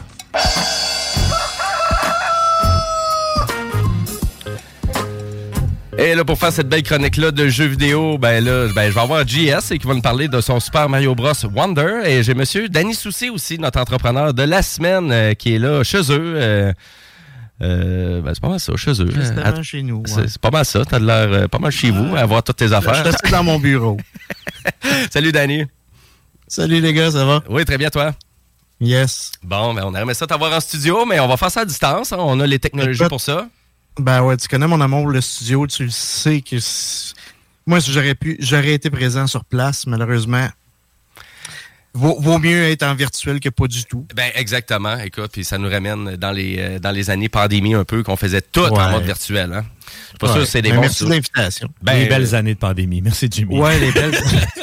Et là, pour faire cette belle chronique-là de jeux vidéo, ben là, ben, je vais avoir J S et qui va nous parler de son Super Mario Bros. Wonder. Et j'ai monsieur Danny Soucy aussi, notre entrepreneur de la semaine, euh, qui est là chez eux. Euh, euh, ben, c'est pas mal ça, chez eux. Justement euh, chez nous. Ouais. C'est, c'est pas mal ça. T'as de l'air euh, pas mal chez vous, à voir toutes tes affaires. Je suis dans mon bureau. Salut, Danny. Salut, les gars, ça va? Oui, très bien, toi? Yes. Bon, ben, on aimerait ça t'avoir en studio, mais on va faire ça à distance. Hein. On a les technologies pour ça. Ben ouais, tu connais mon amour pour le studio, tu le sais que c'est... moi, j'aurais pu, j'aurais été présent sur place, malheureusement. Vaut, vaut mieux être en virtuel que pas du tout. Ben exactement, écoute, puis ça nous ramène dans les euh, dans les années pandémie un peu qu'on faisait tout ouais. en mode virtuel, hein. Je suis pas ouais. sûr que c'est des bons. Merci de l'invitation. Ben, les belles années de pandémie. Merci Jimmy. Ouais, les belles.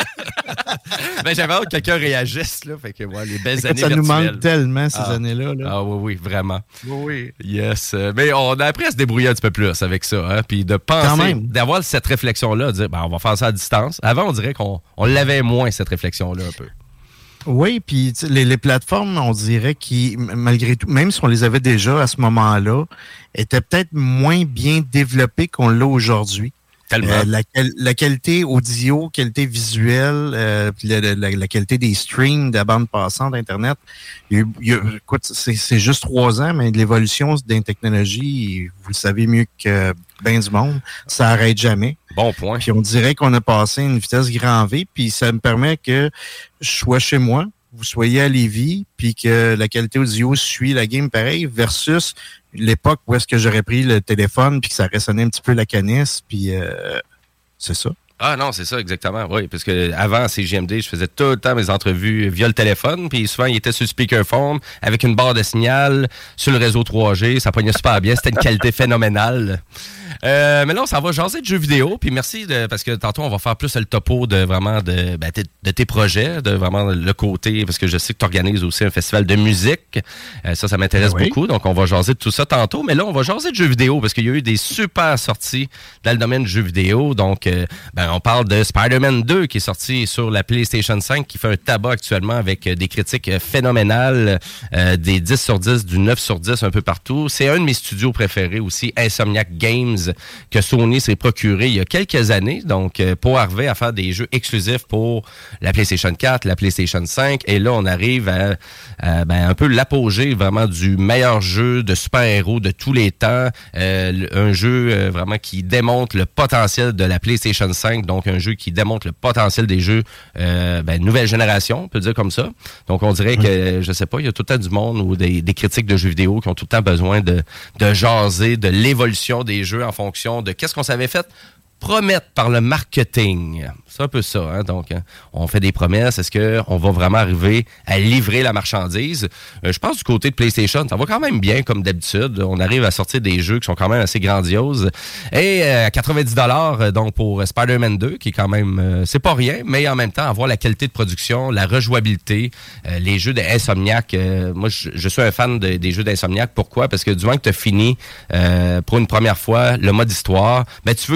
Ben, j'avais hâte que quelqu'un réagisse, là. Fait que, ouais, les belles Écoute, années ça virtuelles. nous manque tellement, ces ah. années-là. Là. Ah, oui, oui, vraiment. Oui. Yes. Mais on a appris à se débrouiller un petit peu plus avec ça, hein. Puis de penser, d'avoir cette réflexion-là, de dire, ben, on va faire ça à distance. Avant, on dirait qu'on on l'avait moins, cette réflexion-là, un peu. Oui, puis les, les plateformes, on dirait qui, malgré tout, même si on les avait déjà à ce moment-là, étaient peut-être moins bien développées qu'on l'a aujourd'hui. Tellement. Euh, la, la qualité audio, qualité visuelle, euh, puis la, la, la qualité des streams de la bande passante d'Internet. Il y a, il y a, écoute, c'est, c'est juste trois ans, mais l'évolution d'une technologie, vous le savez mieux que ben du monde, ça n'arrête jamais. Bon point. Puis on dirait qu'on a passé une vitesse grand V, puis ça me permet que je sois chez moi, vous soyez à Lévis, puis que la qualité audio suit la game pareil, versus l'époque où est-ce que j'aurais pris le téléphone puis que ça résonnait un petit peu la canisse, puis euh, c'est ça. Ah non, c'est ça, exactement. Oui, parce que avant à C J M D, je faisais tout le temps mes entrevues via le téléphone, puis souvent, il était sur le speakerphone avec une barre de signal sur le réseau trois G. Ça pognait super bien. C'était une qualité phénoménale. Euh, mais là, on s'en va jaser de jeux vidéo. Puis merci, de, parce que tantôt, on va faire plus le topo de vraiment de, ben, de tes projets, de vraiment le côté, parce que je sais que tu organises aussi un festival de musique. Euh, ça, ça m'intéresse oui. beaucoup. Donc, on va jaser de tout ça tantôt. Mais là, on va jaser de jeux vidéo, parce qu'il y a eu des super sorties dans le domaine du jeu vidéo. Donc, euh, ben, on parle de Spider-Man deux qui est sorti sur la PlayStation cinq, qui fait un tabac actuellement avec des critiques phénoménales, euh, des dix sur dix, du neuf sur dix un peu partout. C'est un de mes studios préférés aussi, Insomniac Games, que Sony s'est procuré il y a quelques années, donc euh, pour arriver à faire des jeux exclusifs pour la PlayStation quatre, la PlayStation cinq, et là on arrive à, à ben, un peu l'apogée vraiment du meilleur jeu de super-héros de tous les temps, euh, un jeu euh, vraiment qui démontre le potentiel de la PlayStation cinq, donc un jeu qui démontre le potentiel des jeux euh, ben, nouvelle génération, on peut dire comme ça. Donc on dirait que, je sais pas, il y a tout le temps du monde ou des, des critiques de jeux vidéo qui ont tout le temps besoin de, de jaser de l'évolution des jeux en fonction de qu'est-ce qu'on s'avait fait promettre par le marketing. C'est un peu ça, hein? Donc, hein, on fait des promesses. Est-ce qu'on va vraiment arriver à livrer la marchandise? Euh, je pense du côté de PlayStation, ça va quand même bien, comme d'habitude. On arrive à sortir des jeux qui sont quand même assez grandioses. Et euh, à quatre-vingt-dix dollars, donc pour Spider-Man deux, qui est quand même... Euh, c'est pas rien, mais en même temps, avoir la qualité de production, la rejouabilité, euh, les jeux d'Insomniac. Euh, moi, je, je suis un fan de, des jeux d'Insomniac. Pourquoi? Parce que du moment que tu as fini euh, pour une première fois le mode histoire, ben, tu veux continuer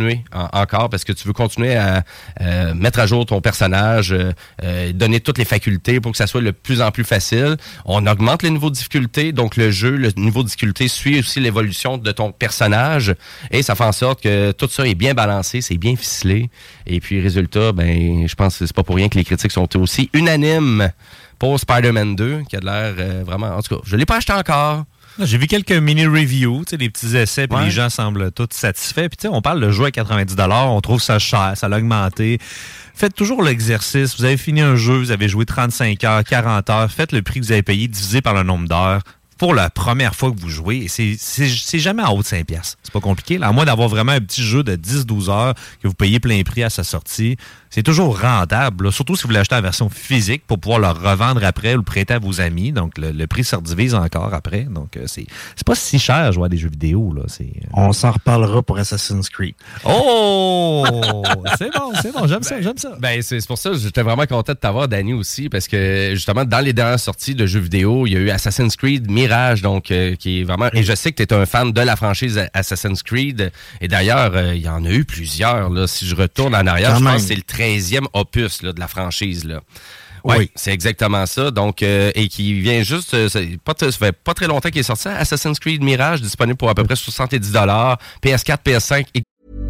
continuer en, encore parce que tu veux continuer à euh, mettre à jour ton personnage, euh, euh, donner toutes les facultés pour que ça soit de plus en plus facile. On augmente les niveaux de difficulté, donc le jeu, le niveau de difficulté suit aussi l'évolution de ton personnage et ça fait en sorte que tout ça est bien balancé, c'est bien ficelé. Et puis, résultat, ben, je pense que c'est pas pour rien que les critiques sont aussi unanimes pour Spider-Man deux, qui a de l'air euh, vraiment... En tout cas, je l'ai pas acheté encore. J'ai vu quelques mini-reviews, des petits essais, puis ouais. les gens semblent tous satisfaits. Puis on parle de jeu à quatre-vingt-dix dollars, on trouve ça cher, ça l'a augmenté. Faites toujours l'exercice. Vous avez fini un jeu, vous avez joué trente-cinq heures, quarante heures, faites le prix que vous avez payé divisé par le nombre d'heures. Pour la première fois que vous jouez, et c'est, c'est, c'est jamais en haut de cinq piastres. C'est pas compliqué. Là, à moins d'avoir vraiment un petit jeu de dix à douze heures que vous payez plein prix à sa sortie, c'est toujours rentable. Là. Surtout si vous voulez acheter la version physique pour pouvoir le revendre après ou le prêter à vos amis. Donc, le, le prix se redivise encore après. Donc, euh, c'est, c'est pas si cher jouer à des jeux vidéo. Là. C'est, euh... On s'en reparlera pour Assassin's Creed. Oh! c'est bon, c'est bon. J'aime ben, ça, j'aime ça. Ben, c'est, c'est pour ça que j'étais vraiment content de t'avoir, Danny, aussi, parce que, justement, dans les dernières sorties de jeux vidéo, il y a eu Assassin's Creed Mirage, donc, euh, qui est vraiment... Et je sais que tu es un fan de la franchise Assassin's Creed. Et d'ailleurs, euh, il y en a eu plusieurs. Là. Si je retourne en arrière, Quand je même. pense que c'est le treizième opus là, de la franchise. Là. Ouais, oui, c'est exactement ça. Donc, euh, et qui vient juste... Euh, ça, pas t- ça fait pas très longtemps qu'il est sorti. Assassin's Creed Mirage, disponible pour à peu près soixante-dix dollars. P S quatre, P S cinq... Et...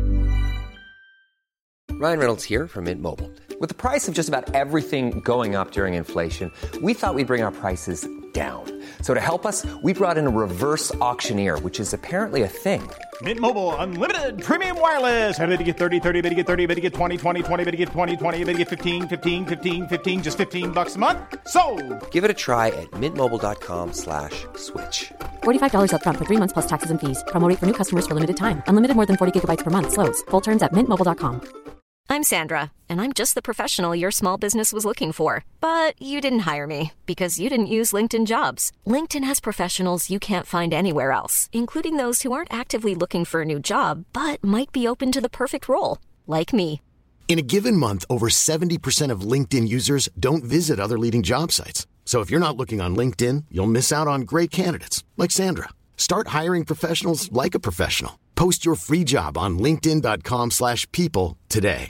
Ryan Reynolds here from Mint Mobile. With the price of just about everything going up during inflation, we thought we'd bring our prices down. So to help us, we brought in a reverse auctioneer, which is apparently a thing. Mint Mobile Unlimited Premium Wireless. How to get thirty, thirty, how to get thirty, how to get twenty, twenty, twenty, how to get twenty, twenty, how to get fifteen, fifteen, fifteen, fifteen, just fifteen bucks a month? Sold! Give it a try at mintmobile.com slash switch. forty-five dollars up front for three months plus taxes and fees. Promo rate for new customers for limited time. Unlimited more than forty gigabytes per month. Slows full terms at mint mobile dot com. I'm Sandra, and I'm just the professional your small business was looking for. But you didn't hire me because you didn't use LinkedIn Jobs. LinkedIn has professionals you can't find anywhere else, including those who aren't actively looking for a new job, but might be open to the perfect role, like me. In a given month, over seventy percent of LinkedIn users don't visit other leading job sites. So if you're not looking on LinkedIn, you'll miss out on great candidates, like Sandra. Start hiring professionals like a professional. Post your free job on linkedin.com slash people today.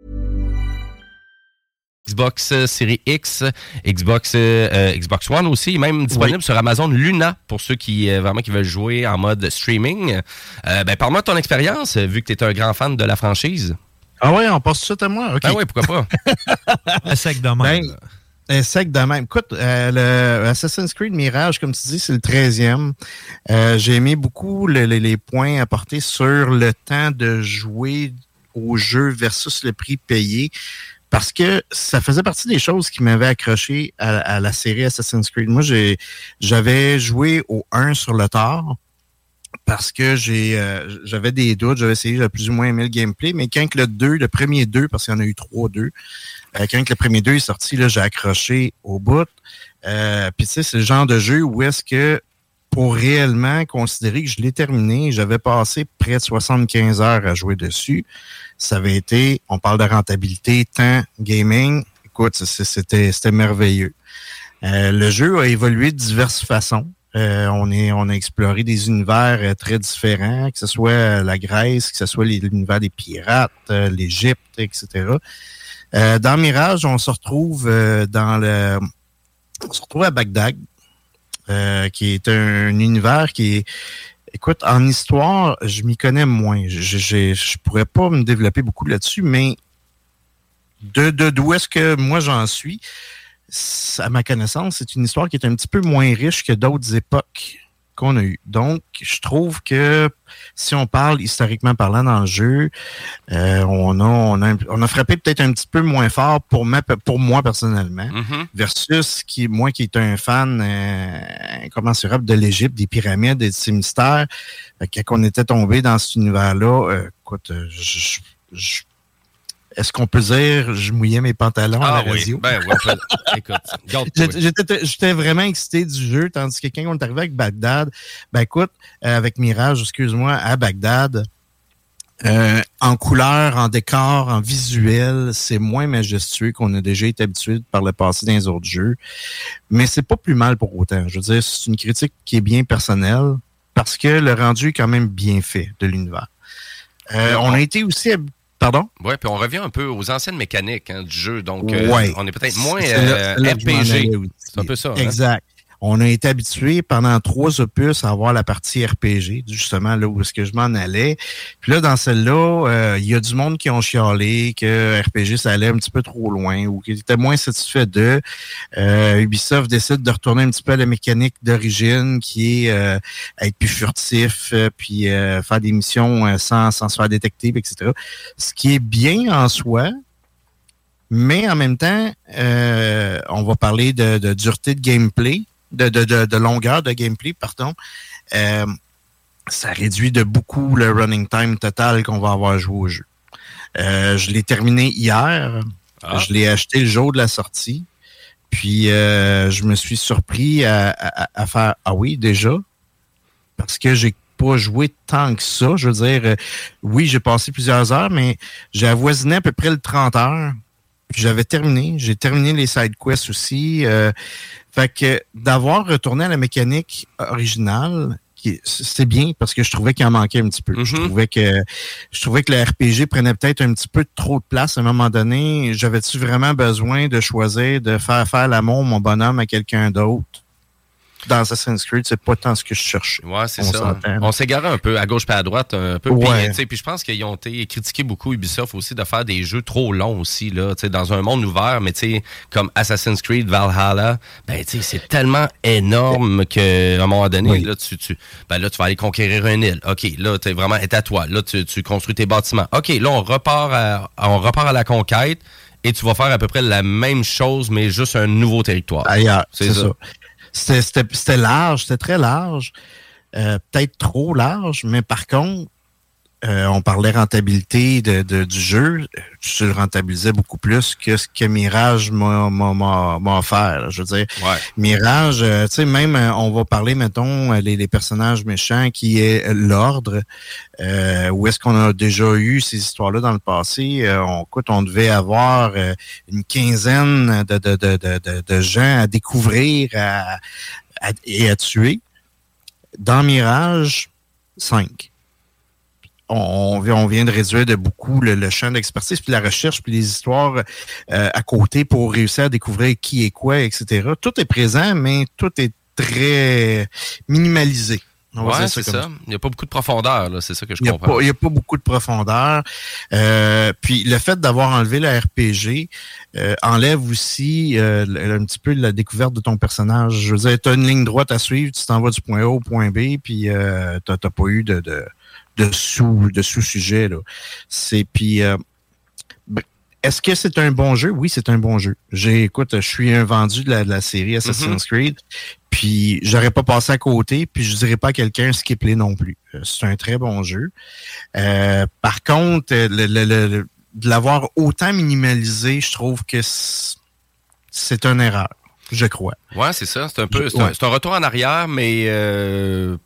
Xbox euh, Series X, Xbox euh, Xbox One aussi, même disponible oui. sur Amazon Luna pour ceux qui euh, vraiment qui veulent jouer en mode streaming. Euh, ben parle-moi de ton expérience, vu que tu es un grand fan de la franchise. Ah oui, on passe tout de suite à moi. Okay. Ah oui, pourquoi pas. Un sec de même. Ben, un sec de même. Écoute, euh, le Assassin's Creed Mirage, comme tu dis, c'est le treizième. Euh, j'ai aimé beaucoup le, le, les points apportés sur le temps de jouer au jeu versus le prix payé. Parce que ça faisait partie des choses qui m'avaient accroché à, à la série Assassin's Creed. Moi, j'ai, j'avais joué au un sur le tard parce que j'ai, euh, j'avais des doutes, j'avais essayé, j'avais plus ou moins aimé le gameplay, mais quand le deux, le premier deux, parce qu'il y en a eu trois deux, euh, quand le premier deux est sorti, là, j'ai accroché au bout. Euh, Puis tu sais, c'est le genre de jeu où est-ce que pour réellement considérer que je l'ai terminé, j'avais passé près de soixante-quinze heures à jouer dessus. Ça avait été, on parle de rentabilité, temps, gaming. Écoute, c'était, c'était merveilleux. Euh, le jeu a évolué de diverses façons. Euh, on, est, on a exploré des univers très différents, que ce soit la Grèce, que ce soit les, l'univers des pirates, euh, l'Égypte, et cetera. Euh, dans Mirage, on se retrouve euh, dans le, on se retrouve à Bagdad, euh, qui est un, un univers qui est Écoute, en histoire, je m'y connais moins. Je, je, je pourrais pas me développer beaucoup là-dessus, mais de, de d'où est-ce que moi j'en suis, à ma connaissance, c'est une histoire qui est un petit peu moins riche que d'autres époques qu'on a eues. Donc, je trouve que si on parle historiquement parlant dans le jeu, euh, on a on a on a frappé peut-être un petit peu moins fort pour ma, pour moi personnellement, mm-hmm. versus qui moi qui est un fan euh, incommensurable de l'Égypte, des pyramides et de ses mystères. Euh, quand on était tombé dans cet univers-là, euh, écoute, je, je est-ce qu'on peut dire je mouillais mes pantalons ah, à la oui. radio? Ben oui, peut... écoute. J'étais, j'étais vraiment excité du jeu, tandis que quand on est arrivé avec Bagdad, ben écoute, euh, avec Mirage, excuse-moi, à Bagdad, euh, en couleur, en décor, en visuel, c'est moins majestueux qu'on a déjà été habitué par le passé dans les autres jeux. Mais c'est pas plus mal pour autant. Je veux dire, c'est une critique qui est bien personnelle parce que le rendu est quand même bien fait de l'univers. Euh, on a été aussi... Pardon? Oui, puis on revient un peu aux anciennes mécaniques hein, du jeu. Donc, ouais. euh, on est peut-être moins c'est euh, là, R P G. C'est un peu ça. Exact. Hein? On a été habitué pendant trois opus à avoir la partie R P G, justement là où est-ce que je m'en allais. Puis là, dans celle-là, euh, il y a du monde qui ont chialé que R P G, ça allait un petit peu trop loin ou qu'ils étaient moins satisfaits d'eux. Euh, Ubisoft décide de retourner un petit peu à la mécanique d'origine qui est euh, être plus furtif, euh, puis euh, faire des missions euh, sans, sans se faire détecter, et cetera. Ce qui est bien en soi, mais en même temps, euh, on va parler de, de dureté de gameplay. De, de, de, de longueur de gameplay, pardon, euh, ça réduit de beaucoup le running time total qu'on va avoir joué au jeu. Euh, je l'ai terminé hier. Ah. Je l'ai acheté le jour de la sortie. Puis, euh, je me suis surpris à, à, à faire « Ah oui, déjà? » Parce que j'ai pas joué tant que ça. Je veux dire, euh, oui, j'ai passé plusieurs heures, mais j'ai avoisiné à peu près le trente heures. Puis j'avais terminé. J'ai terminé les side quests aussi. Euh, fait que d'avoir retourné à la mécanique originale, qui, c'est bien parce que je trouvais qu'il en manquait un petit peu. Mm-hmm. Je trouvais que je trouvais que le R P G prenait peut-être un petit peu trop de place à un moment donné. J'avais-tu vraiment besoin de choisir de faire faire l'amour, mon bonhomme, à quelqu'un d'autre? Dans Assassin's Creed, c'est pas tant ce que je cherchais. Ouais, c'est on ça. S'entend. On s'est garé un peu à gauche et à droite, un peu. Ouais. Puis, puis je pense qu'ils ont été critiqués beaucoup, Ubisoft aussi, de faire des jeux trop longs aussi, là, dans un monde ouvert, mais comme Assassin's Creed Valhalla, ben, c'est tellement énorme qu'à un moment donné, oui. là, tu, tu, ben, là, tu vas aller conquérir une île. OK, là, tu es vraiment est à toi. Là, tu, tu construis tes bâtiments. OK, là, on repart à, on repart à la conquête et tu vas faire à peu près la même chose, mais juste un nouveau territoire. Ailleurs, c'est, c'est ça. ça. C'était, c'était, c'était large, c'était très large, euh, peut-être trop large, mais par contre, euh, on parlait rentabilité de, de, du jeu, je le rentabilisais beaucoup plus que ce que Mirage m'a, m'a, m'a, m'a offert. Là. Je veux dire, ouais. Mirage, euh, tu sais, même, on va parler, mettons, les, les personnages méchants qui est l'ordre, euh, où est-ce qu'on a déjà eu ces histoires-là dans le passé. Euh, on, écoute, on devait avoir euh, une quinzaine de, de, de, de, de, de gens à découvrir à, à, et à tuer. Dans Mirage, cinq. On, on vient de réduire de beaucoup le, le champ d'expertise, puis la recherche, puis les histoires euh, à côté pour réussir à découvrir qui est quoi, et cetera. Tout est présent, mais tout est très minimalisé. Oui, c'est ça. ça. Il n'y a pas beaucoup de profondeur, là. C'est ça que je il comprends. Il n'y a, a pas beaucoup de profondeur. Euh, puis le fait d'avoir enlevé la R P G euh, enlève aussi euh, un petit peu la découverte de ton personnage. Je veux dire, tu as une ligne droite à suivre, tu t'en vas du point A au point B, puis euh, tu n'as pas eu de... de de sous de sous-sujet là. C'est puis euh, est-ce que c'est un bon jeu? Oui, c'est un bon jeu. J'ai écoute, je suis un vendu de la, de la série Assassin's mm-hmm. Creed, puis j'aurais pas passé à côté, puis je dirais pas à quelqu'un skip-les non plus. C'est un très bon jeu. Euh, par contre, le, le, le, de l'avoir autant minimalisé, je trouve que c'est une erreur, je crois. Ouais, c'est ça. C'est un peu, c'est, ouais. un, c'est un retour en arrière, mais euh...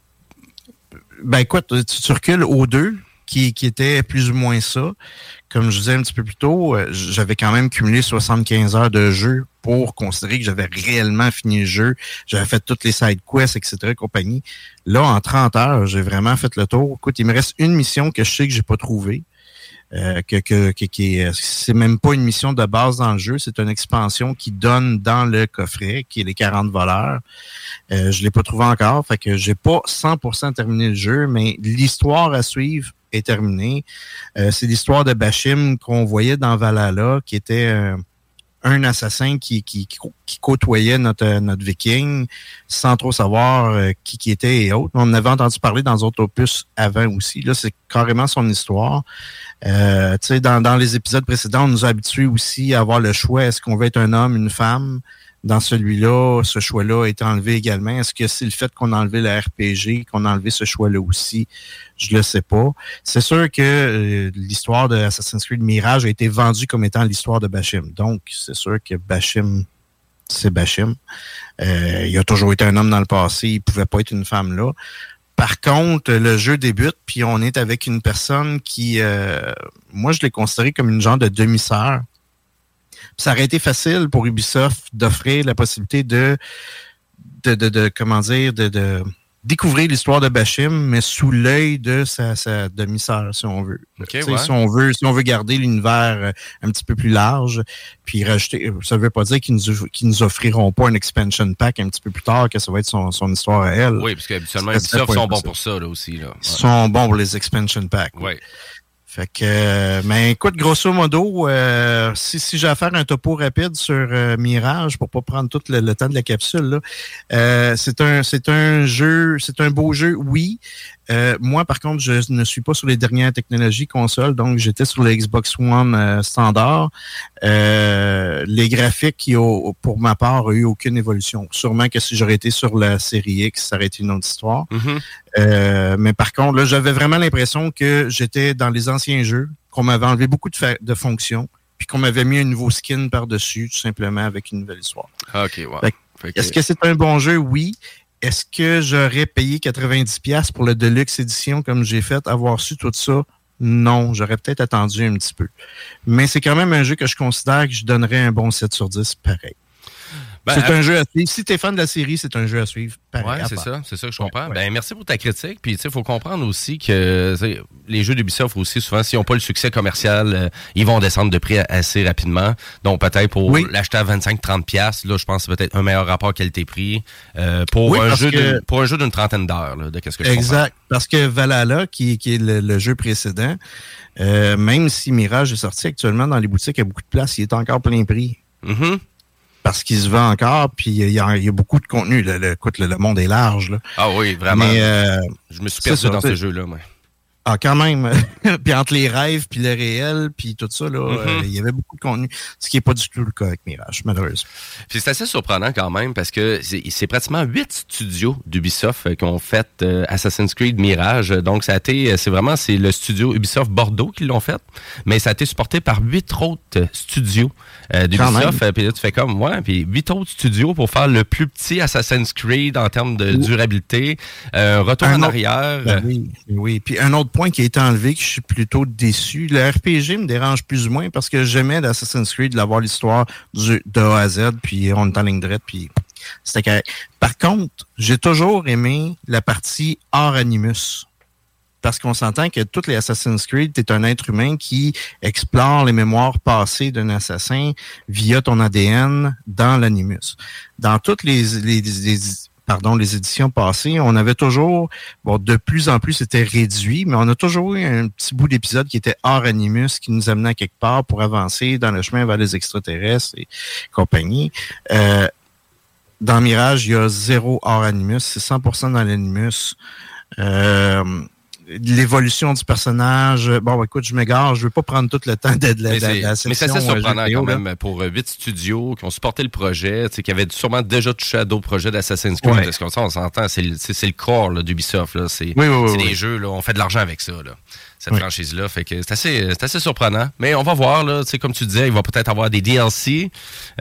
ben écoute, tu, tu recules au deux, qui, qui était plus ou moins ça. Comme je disais un petit peu plus tôt, j'avais quand même cumulé soixante-quinze heures de jeu pour considérer que j'avais réellement fini le jeu. J'avais fait toutes les side quests, et cetera, compagnie. Là, en trente heures, j'ai vraiment fait le tour. Écoute, il me reste une mission que je sais que j'ai pas trouvée. Euh, que, que, que, qui est, c'est même pas une mission de base dans le jeu, c'est une expansion qui donne dans le coffret, qui est les quarante voleurs. Euh, je l'ai pas trouvé encore, fait que j'ai pas cent pour cent terminé le jeu, mais l'histoire à suivre est terminée. Euh, c'est l'histoire de Bashim qu'on voyait dans Valhalla, qui était euh, un assassin qui, qui, qui côtoyait notre, notre viking sans trop savoir euh, qui, qui était et autres. On en avait entendu parler dans d'autres opus avant aussi. Là, c'est carrément son histoire. Euh, tu sais, dans, dans les épisodes précédents, on nous a habitués aussi à avoir le choix. Est-ce qu'on veut être un homme, une femme? Dans celui-là, ce choix-là a été enlevé également. Est-ce que c'est le fait qu'on a enlevé la R P G, qu'on a enlevé ce choix-là aussi? Je le sais pas. C'est sûr que euh, l'histoire de Assassin's Creed Mirage a été vendue comme étant l'histoire de Bashim. Donc, c'est sûr que Bashim, c'est Bashim. Euh, il a toujours été un homme dans le passé. Il pouvait pas être une femme là. Par contre, le jeu débute, puis on est avec une personne qui, euh, moi, je l'ai considérée comme une genre de demi-sœur. Ça aurait été facile pour Ubisoft d'offrir la possibilité de, de, de, de comment dire, de, de, découvrir l'histoire de Bashim, mais sous l'œil de sa, sa demi-sœur, si on veut. Okay, ouais. si, on veut si on veut garder l'univers un petit peu plus large, puis rajouter, ça ne veut pas dire qu'ils nous, qu'ils nous offriront pas un expansion pack un petit peu plus tard, que ça va être son, son histoire à elle. Oui, parce qu'habituellement, Ubisoft sont bons pour ça, là aussi. Là. Ouais. Ils sont bons pour les expansion packs. Oui. Fait que, euh, mais écoute, grosso modo, euh, si, si j'ai à faire un topo rapide sur euh, Mirage, pour pas prendre tout le, le temps de la capsule, là, euh, c'est un, c'est un jeu, c'est un beau jeu, oui. Euh, moi, par contre, je ne suis pas sur les dernières technologies consoles, donc j'étais sur le Xbox One euh, standard. Euh, les graphiques, qui ont, pour ma part, n'ont eu aucune évolution. Sûrement que si j'aurais été sur la série X, ça aurait été une autre histoire. Mm-hmm. Euh, mais par contre, là, j'avais vraiment l'impression que j'étais dans les anciens jeux, qu'on m'avait enlevé beaucoup de, fa- de fonctions, puis qu'on m'avait mis un nouveau skin par-dessus, tout simplement, avec une nouvelle histoire. OK, wow. Fait, fait que... Est-ce que c'est un bon jeu? Oui. Est-ce que j'aurais payé quatre-vingt-dix dollars pour le Deluxe Edition comme j'ai fait, avoir su tout ça? Non, j'aurais peut-être attendu un petit peu. Mais c'est quand même un jeu que je considère que je donnerais un bon sept sur dix, pareil. Ben, c'est euh... un jeu à suivre. Si t'es fan de la série, c'est un jeu à suivre. Oui, c'est part. ça. C'est ça que je comprends. Ouais, ouais. Ben, merci pour ta critique. Puis, tu sais, il faut comprendre aussi que les jeux d'Ubisoft aussi, souvent, s'ils n'ont pas le succès commercial, euh, ils vont descendre de prix assez rapidement. Donc, peut-être pour oui. l'acheter à vingt-cinq à trente dollars, là, je pense que c'est peut-être un meilleur rapport qualité-prix euh, pour, oui, un jeu que... de, pour un jeu d'une trentaine d'heures, là, de qu'est-ce que je comprends. Exact. Parce que Valhalla, qui, qui est le, le jeu précédent, euh, même si Mirage est sorti actuellement dans les boutiques à beaucoup de place, il est encore plein prix. Mm-hmm. Parce qu'il se vend encore, puis il y, y a beaucoup de contenu. Le, le, écoute, le, le monde est large. Là. Ah oui, vraiment. Mais, euh, je me suis perdu ça, dans ce jeu-là, moi. Ah, quand même. Puis entre les rêves, puis le réel, puis tout ça, là, mm-hmm. euh, il y avait beaucoup de contenu. Ce qui n'est pas du tout le cas avec Mirage, malheureusement. Puis c'est assez surprenant quand même, parce que c'est, c'est pratiquement huit studios d'Ubisoft qui ont fait euh, Assassin's Creed Mirage. Donc, ça a été, c'est vraiment, c'est le studio Ubisoft Bordeaux qui l'ont fait, mais ça a été supporté par huit autres studios euh, d'Ubisoft. Puis là, tu fais comme, ouais, puis huit autres studios pour faire le plus petit Assassin's Creed en termes de oui. durabilité. Euh, retour un en autre, arrière. Ben oui, oui. Puis un autre point qui a été enlevé, que je suis plutôt déçu. Le R P G me dérange plus ou moins parce que j'aimais d'Assassin's Creed d'avoir l'histoire du, de A à Z, puis on est en ligne droite, puis c'était correct. Par contre, j'ai toujours aimé la partie hors Animus. Parce qu'on s'entend que tous les Assassin's Creed, t'es un être humain qui explore les mémoires passées d'un assassin via ton A D N dans l'Animus. Dans toutes les, les, les Pardon, les éditions passées, on avait toujours, bon, de plus en plus, c'était réduit, mais on a toujours eu un petit bout d'épisode qui était hors Animus, qui nous amenait à quelque part pour avancer dans le chemin vers les extraterrestres et compagnie. Euh, dans Mirage, il y a zéro hors Animus, c'est cent pour cent dans l'Animus. Euh, l'évolution du personnage. Bon, écoute, je m'égare, je veux pas prendre tout le temps de, de, la, de, de la section. Mais c'est assez surprenant vidéo, quand même pour huit studios qui ont supporté le projet, qui avaient sûrement déjà touché à d'autres projets d'Assassin's Creed. Ouais. Parce qu'on on s'entend, c'est le, c'est, c'est le corps là, d'Ubisoft. Là. C'est, oui, oui, c'est oui, des oui. jeux, là, on fait de l'argent avec ça. Là. Cette oui. franchise-là. Fait que c'est assez, c'est assez surprenant. Mais on va voir, là, comme tu disais, il va peut-être avoir des D L C.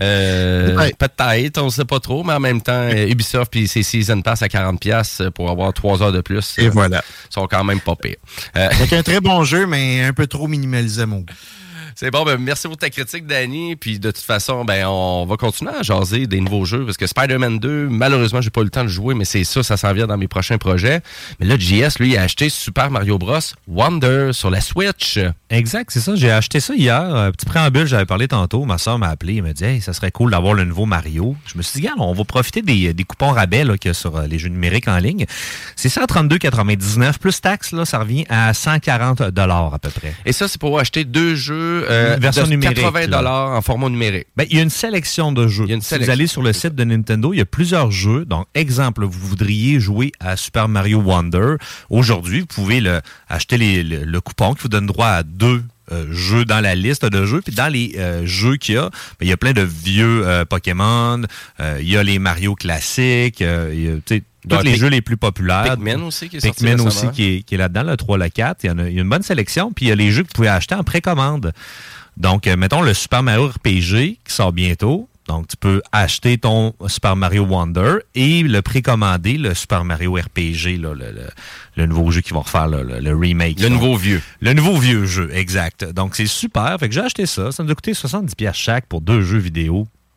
Euh, ouais. Peut-être, on ne sait pas trop, mais en même temps, Ubisoft et ses Season Pass à quarante dollars pour avoir trois heures de plus. Et euh, voilà. Sont quand même pas pires. Euh, c'est un très bon jeu, mais un peu trop minimalisé, mon goût. C'est bon, ben merci pour ta critique, Danny. Puis de toute façon, ben on va continuer à jaser des nouveaux jeux parce que Spider-Man deux, malheureusement, j'ai pas eu le temps de jouer, mais c'est ça, ça s'en vient dans mes prochains projets. Mais là, J S, lui, il a acheté Super Mario Bros. Wonder sur la Switch. Exact, c'est ça. J'ai acheté ça hier. Un petit préambule, j'avais parlé tantôt. Ma soeur m'a appelé. Elle m'a dit, hey, ça serait cool d'avoir le nouveau Mario. Je me suis dit, regarde, on va profiter des, des coupons rabais là, qu'il y a sur les jeux numériques en ligne. C'est cent trente-deux quatre-vingt-dix-neuf plus taxes, là, ça revient à cent quarante dollars à peu près. Et ça, c'est pour acheter deux jeux. Euh, version de numérique. quatre-vingts dollars en format numérique. Ben, il y a une sélection de jeux. Une si sélection. vous allez sur le site de Nintendo, il y a plusieurs jeux. Donc, exemple, vous voudriez jouer à Super Mario Wonder. Aujourd'hui, vous pouvez le, acheter les, le, le coupon qui vous donne droit à deux euh, jeux dans la liste de jeux. Puis dans les euh, jeux qu'il y a, ben, il y a plein de vieux euh, Pokémon. Euh, il y a les Mario classiques. Euh, il y a, tu sais, tous Donc, les Pic- jeux les plus populaires. Pikmin aussi qui est sorti Pikmin récemment. aussi qui est, qui est là-dedans, le trois, le quatre. Il y en a, il y a une bonne sélection. Puis il y a les jeux que vous pouvez acheter en précommande. Donc, euh, mettons le Super Mario R P G qui sort bientôt. Donc, tu peux acheter ton Super Mario Wonder et le précommander, le Super Mario R P G, là, le, le, le nouveau jeu qu'ils vont refaire, là, le, le remake. Le donc. nouveau vieux. Le nouveau vieux jeu, exact. Donc, c'est super. Fait que j'ai acheté ça. Ça nous a coûté soixante-dix dollars chaque pour deux jeux vidéo.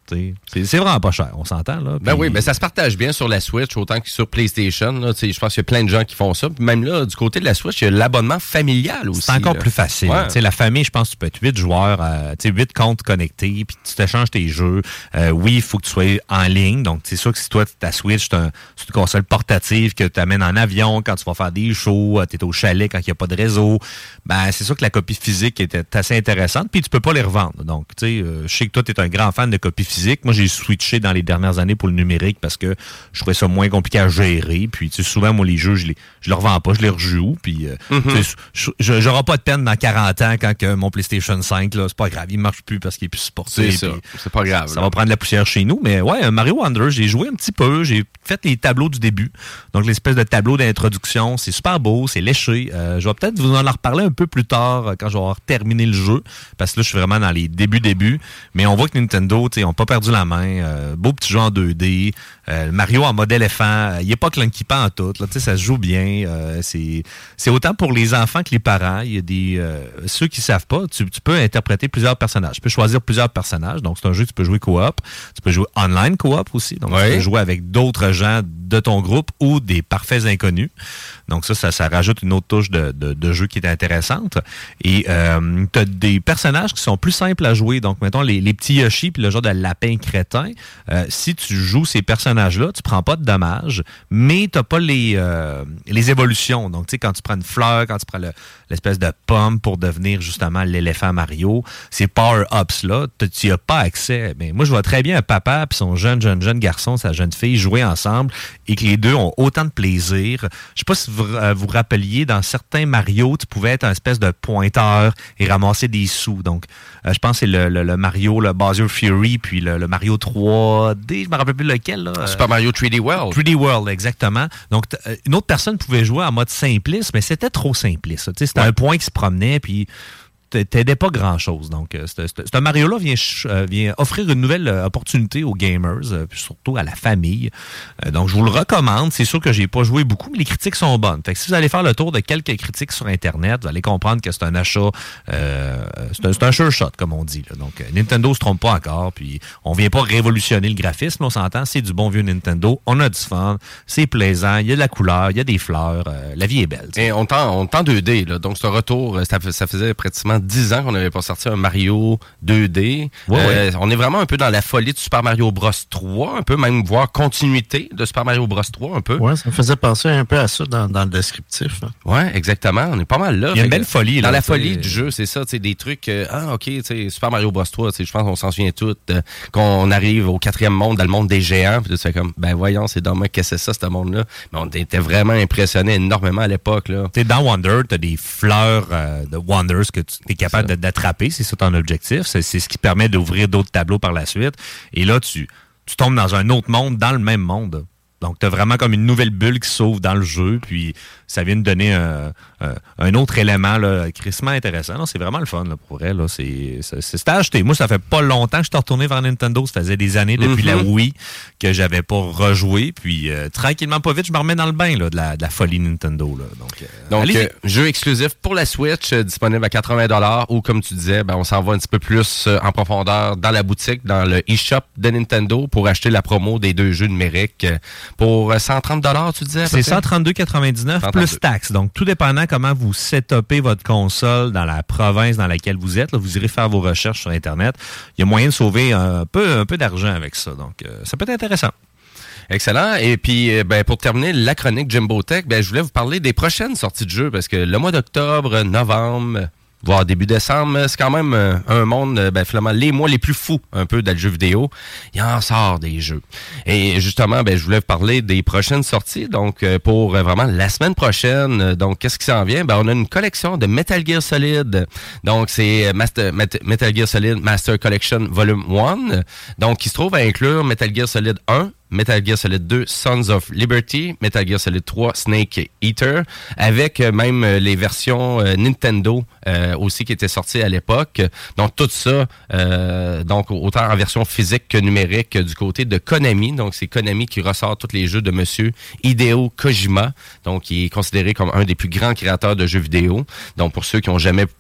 C'est, c'est vraiment pas cher, on s'entend. Là. Ben Puis... oui, ben ça se partage bien sur la Switch, autant que sur PlayStation. Là, je pense qu'il y a plein de gens qui font ça. Puis même là, du côté de la Switch, il y a l'abonnement familial aussi. C'est encore là. plus facile. Ouais. La famille, je pense que tu peux être huit joueurs, euh, huit comptes connectés, puis tu t'échanges tes jeux. Euh, oui, il faut que tu sois en ligne. Donc, c'est sûr que si toi, ta Switch, c'est, un, c'est une console portative que tu amènes en avion quand tu vas faire des shows, tu es au chalet quand il n'y a pas de réseau, ben c'est sûr que la copie physique était assez intéressante. Puis tu peux pas les revendre. Donc, tu sais, euh, je sais que toi, tu es un grand fan de copie physique. Moi, j'ai switché dans les dernières années pour le numérique parce que je trouvais ça moins compliqué à gérer. Puis, tu sais, souvent, moi, les jeux, je les, je les revends pas, je les rejoue. Puis, euh, mm-hmm. je n'aurai pas de peine dans quarante ans quand que mon PlayStation cinq, là, c'est pas grave, il marche plus parce qu'il est plus supporté. C'est ça, c'est pas grave. Ça là. va prendre la poussière chez nous. Mais ouais, Mario Wonder, j'ai joué un petit peu. J'ai fait les tableaux du début. Donc, l'espèce de tableau d'introduction. C'est super beau, c'est léché. Euh, je vais peut-être vous en reparler un peu plus tard quand je vais avoir terminé le jeu. Parce que là, je suis vraiment dans les débuts, débuts. Mais on voit que Nintendo, tu sais, ils n'ont pas perdu la main. Euh, beau petit jeu en deux D. Euh, Mario en mode éléphant. Euh, il n'est pas clunky pas en tout. Là, tu sais, ça se joue bien. Euh, c'est, c'est autant pour les enfants que les parents. Il y a des euh, ceux qui savent pas, tu, tu peux interpréter plusieurs personnages. Tu peux choisir plusieurs personnages. Donc, c'est un jeu que tu peux jouer coop. Tu peux jouer online coop aussi. Donc, oui. Tu peux jouer avec d'autres gens de ton groupe ou des parfaits inconnus. Donc, ça, ça, ça rajoute une autre touche de, de, de jeu qui est intéressante. Et euh, tu as des personnages qui sont plus simples à jouer. Donc, mettons, les, les petits Yoshi puis le genre de lapin crétin. Euh, si tu joues ces personnages-là, tu prends pas de dommages, mais tu n'as pas les, euh, les évolutions. Donc, tu sais, quand tu prends une fleur, quand tu prends le, l'espèce de pomme pour devenir justement l'éléphant Mario, ces power-ups-là, tu n'y as pas accès. Mais moi, je vois très bien un papa et son jeune, jeune, jeune garçon, sa jeune fille jouer ensemble et que les deux ont autant de plaisir. Je sais pas si vous euh, vous rappeliez, dans certains Mario, tu pouvais être un espèce de pointeur et ramasser des sous. Donc, euh, je pense que c'est le, le, le Mario, le Bowser Fury, puis le, le Mario trois D, je me rappelle plus lequel. Là. Super Mario trois D World. trois D World, exactement. Donc, une autre personne pouvait jouer en mode simpliste, mais c'était trop simpliste. Tu sais, c'était ouais. un point qui se promenait, puis t'aidais pas grand-chose. Donc, ce Mario-là vient, euh, vient offrir une nouvelle euh, opportunité aux gamers, euh, puis surtout à la famille. Euh, donc, je vous le recommande. C'est sûr que j'ai pas joué beaucoup, mais les critiques sont bonnes. Fait que si vous allez faire le tour de quelques critiques sur Internet, vous allez comprendre que c'est un achat, euh, c'est un, c'est un sure shot, comme on dit. Là. Donc, euh, Nintendo se trompe pas encore, puis on vient pas révolutionner le graphisme, on s'entend, c'est du bon vieux Nintendo. On a du fun, c'est plaisant, il y a de la couleur, il y a des fleurs, euh, la vie est belle. T'sais. Et on tend, on tend deux D, là. Donc, ce retour, ça, ça faisait pratiquement dix ans qu'on n'avait pas sorti un Mario deux D. Ouais, euh, ouais. On est vraiment un peu dans la folie de Super Mario Bros trois, un peu même voir continuité de Super Mario Bros trois un peu. Ouais, ça me faisait penser un peu à ça dans, dans le descriptif. Hein. Ouais, exactement. On est pas mal là. Il y a une belle folie. Dans là, la t'sais... folie du jeu, c'est ça, tu sais, des trucs. Euh, ah, ok, tu sais, Super Mario Bros trois, je pense qu'on s'en souvient tous. Euh, qu'on arrive au quatrième monde, dans le monde des géants, puis tu fais comme, ben voyons, c'est dommage, qu'est-ce que c'est ça, ce monde-là. Mais on était vraiment impressionnés énormément à l'époque, là. Tu sais, dans Wonder, t'as des fleurs euh, de Wonders que tu es capable de, d'attraper. C'est ça ton objectif. C'est, c'est ce qui permet d'ouvrir d'autres tableaux par la suite. Et là, tu, tu tombes dans un autre monde, dans le même monde. Donc, tu as vraiment comme une nouvelle bulle qui s'ouvre dans le jeu, puis ça vient de donner un, un, un autre élément là, crissement intéressant. Non, c'est vraiment le fun là, pour elle. Là. C'est, c'est, c'est à acheter. Moi, ça fait pas longtemps que je suis retourné vers Nintendo. Ça faisait des années depuis mm-hmm. la Wii que j'avais pas rejoué. Puis, euh, tranquillement, pas vite, je me remets dans le bain là, de, la, de la folie Nintendo. Là. Donc, euh, Donc euh, jeu exclusif pour la Switch, euh, disponible à quatre-vingts dollars ou, comme tu disais, ben, on s'en va un petit peu plus euh, en profondeur dans la boutique, dans le eShop de Nintendo pour acheter la promo des deux jeux numériques. Euh, Pour cent trente dollars, tu disais? C'est cent trente-deux quatre-vingt-dix-neuf plus taxes. Donc, tout dépendant comment vous setupez votre console dans la province dans laquelle vous êtes, là, vous irez faire vos recherches sur Internet. Il y a moyen de sauver un peu, un peu d'argent avec ça. Donc, euh, ça peut être intéressant. Excellent. Et puis, ben, pour terminer la chronique Jimbo Tech, ben, je voulais vous parler des prochaines sorties de jeux parce que le mois d'octobre, novembre, voire début décembre, c'est quand même euh, un monde, ben, finalement, les mois les plus fous un peu dans le jeu vidéo. Il en sort des jeux. Et justement, ben, je voulais vous parler des prochaines sorties. Donc, euh, pour euh, vraiment la semaine prochaine, euh, donc, qu'est-ce qui s'en vient? Ben, on a une collection de Metal Gear Solid. Donc, c'est Master, Met, Metal Gear Solid Master Collection Volume un. Donc, qui se trouve à inclure Metal Gear Solid un, Metal Gear Solid deux, Sons of Liberty, Metal Gear Solid trois, Snake Eater, avec euh, même euh, les versions euh, Nintendo euh, aussi qui étaient sorties à l'époque. Donc tout ça, euh, donc autant en version physique que numérique euh, du côté de Konami. Donc c'est Konami qui ressort tous les jeux de Monsieur Hideo Kojima, donc qui est considéré comme un des plus grands créateurs de jeux vidéo. Donc pour ceux qui n'ont jamais pu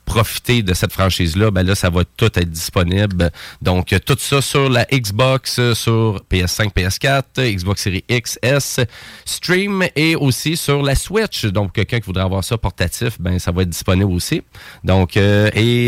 profiter de cette franchise-là, ben là, ça va tout être disponible. Donc, tout ça sur la Xbox, sur P S cinq, P S quatre, Xbox Series X, S, Stream et aussi sur la Switch. Donc, quelqu'un qui voudrait avoir ça portatif, ben ça va être disponible aussi. Donc, euh,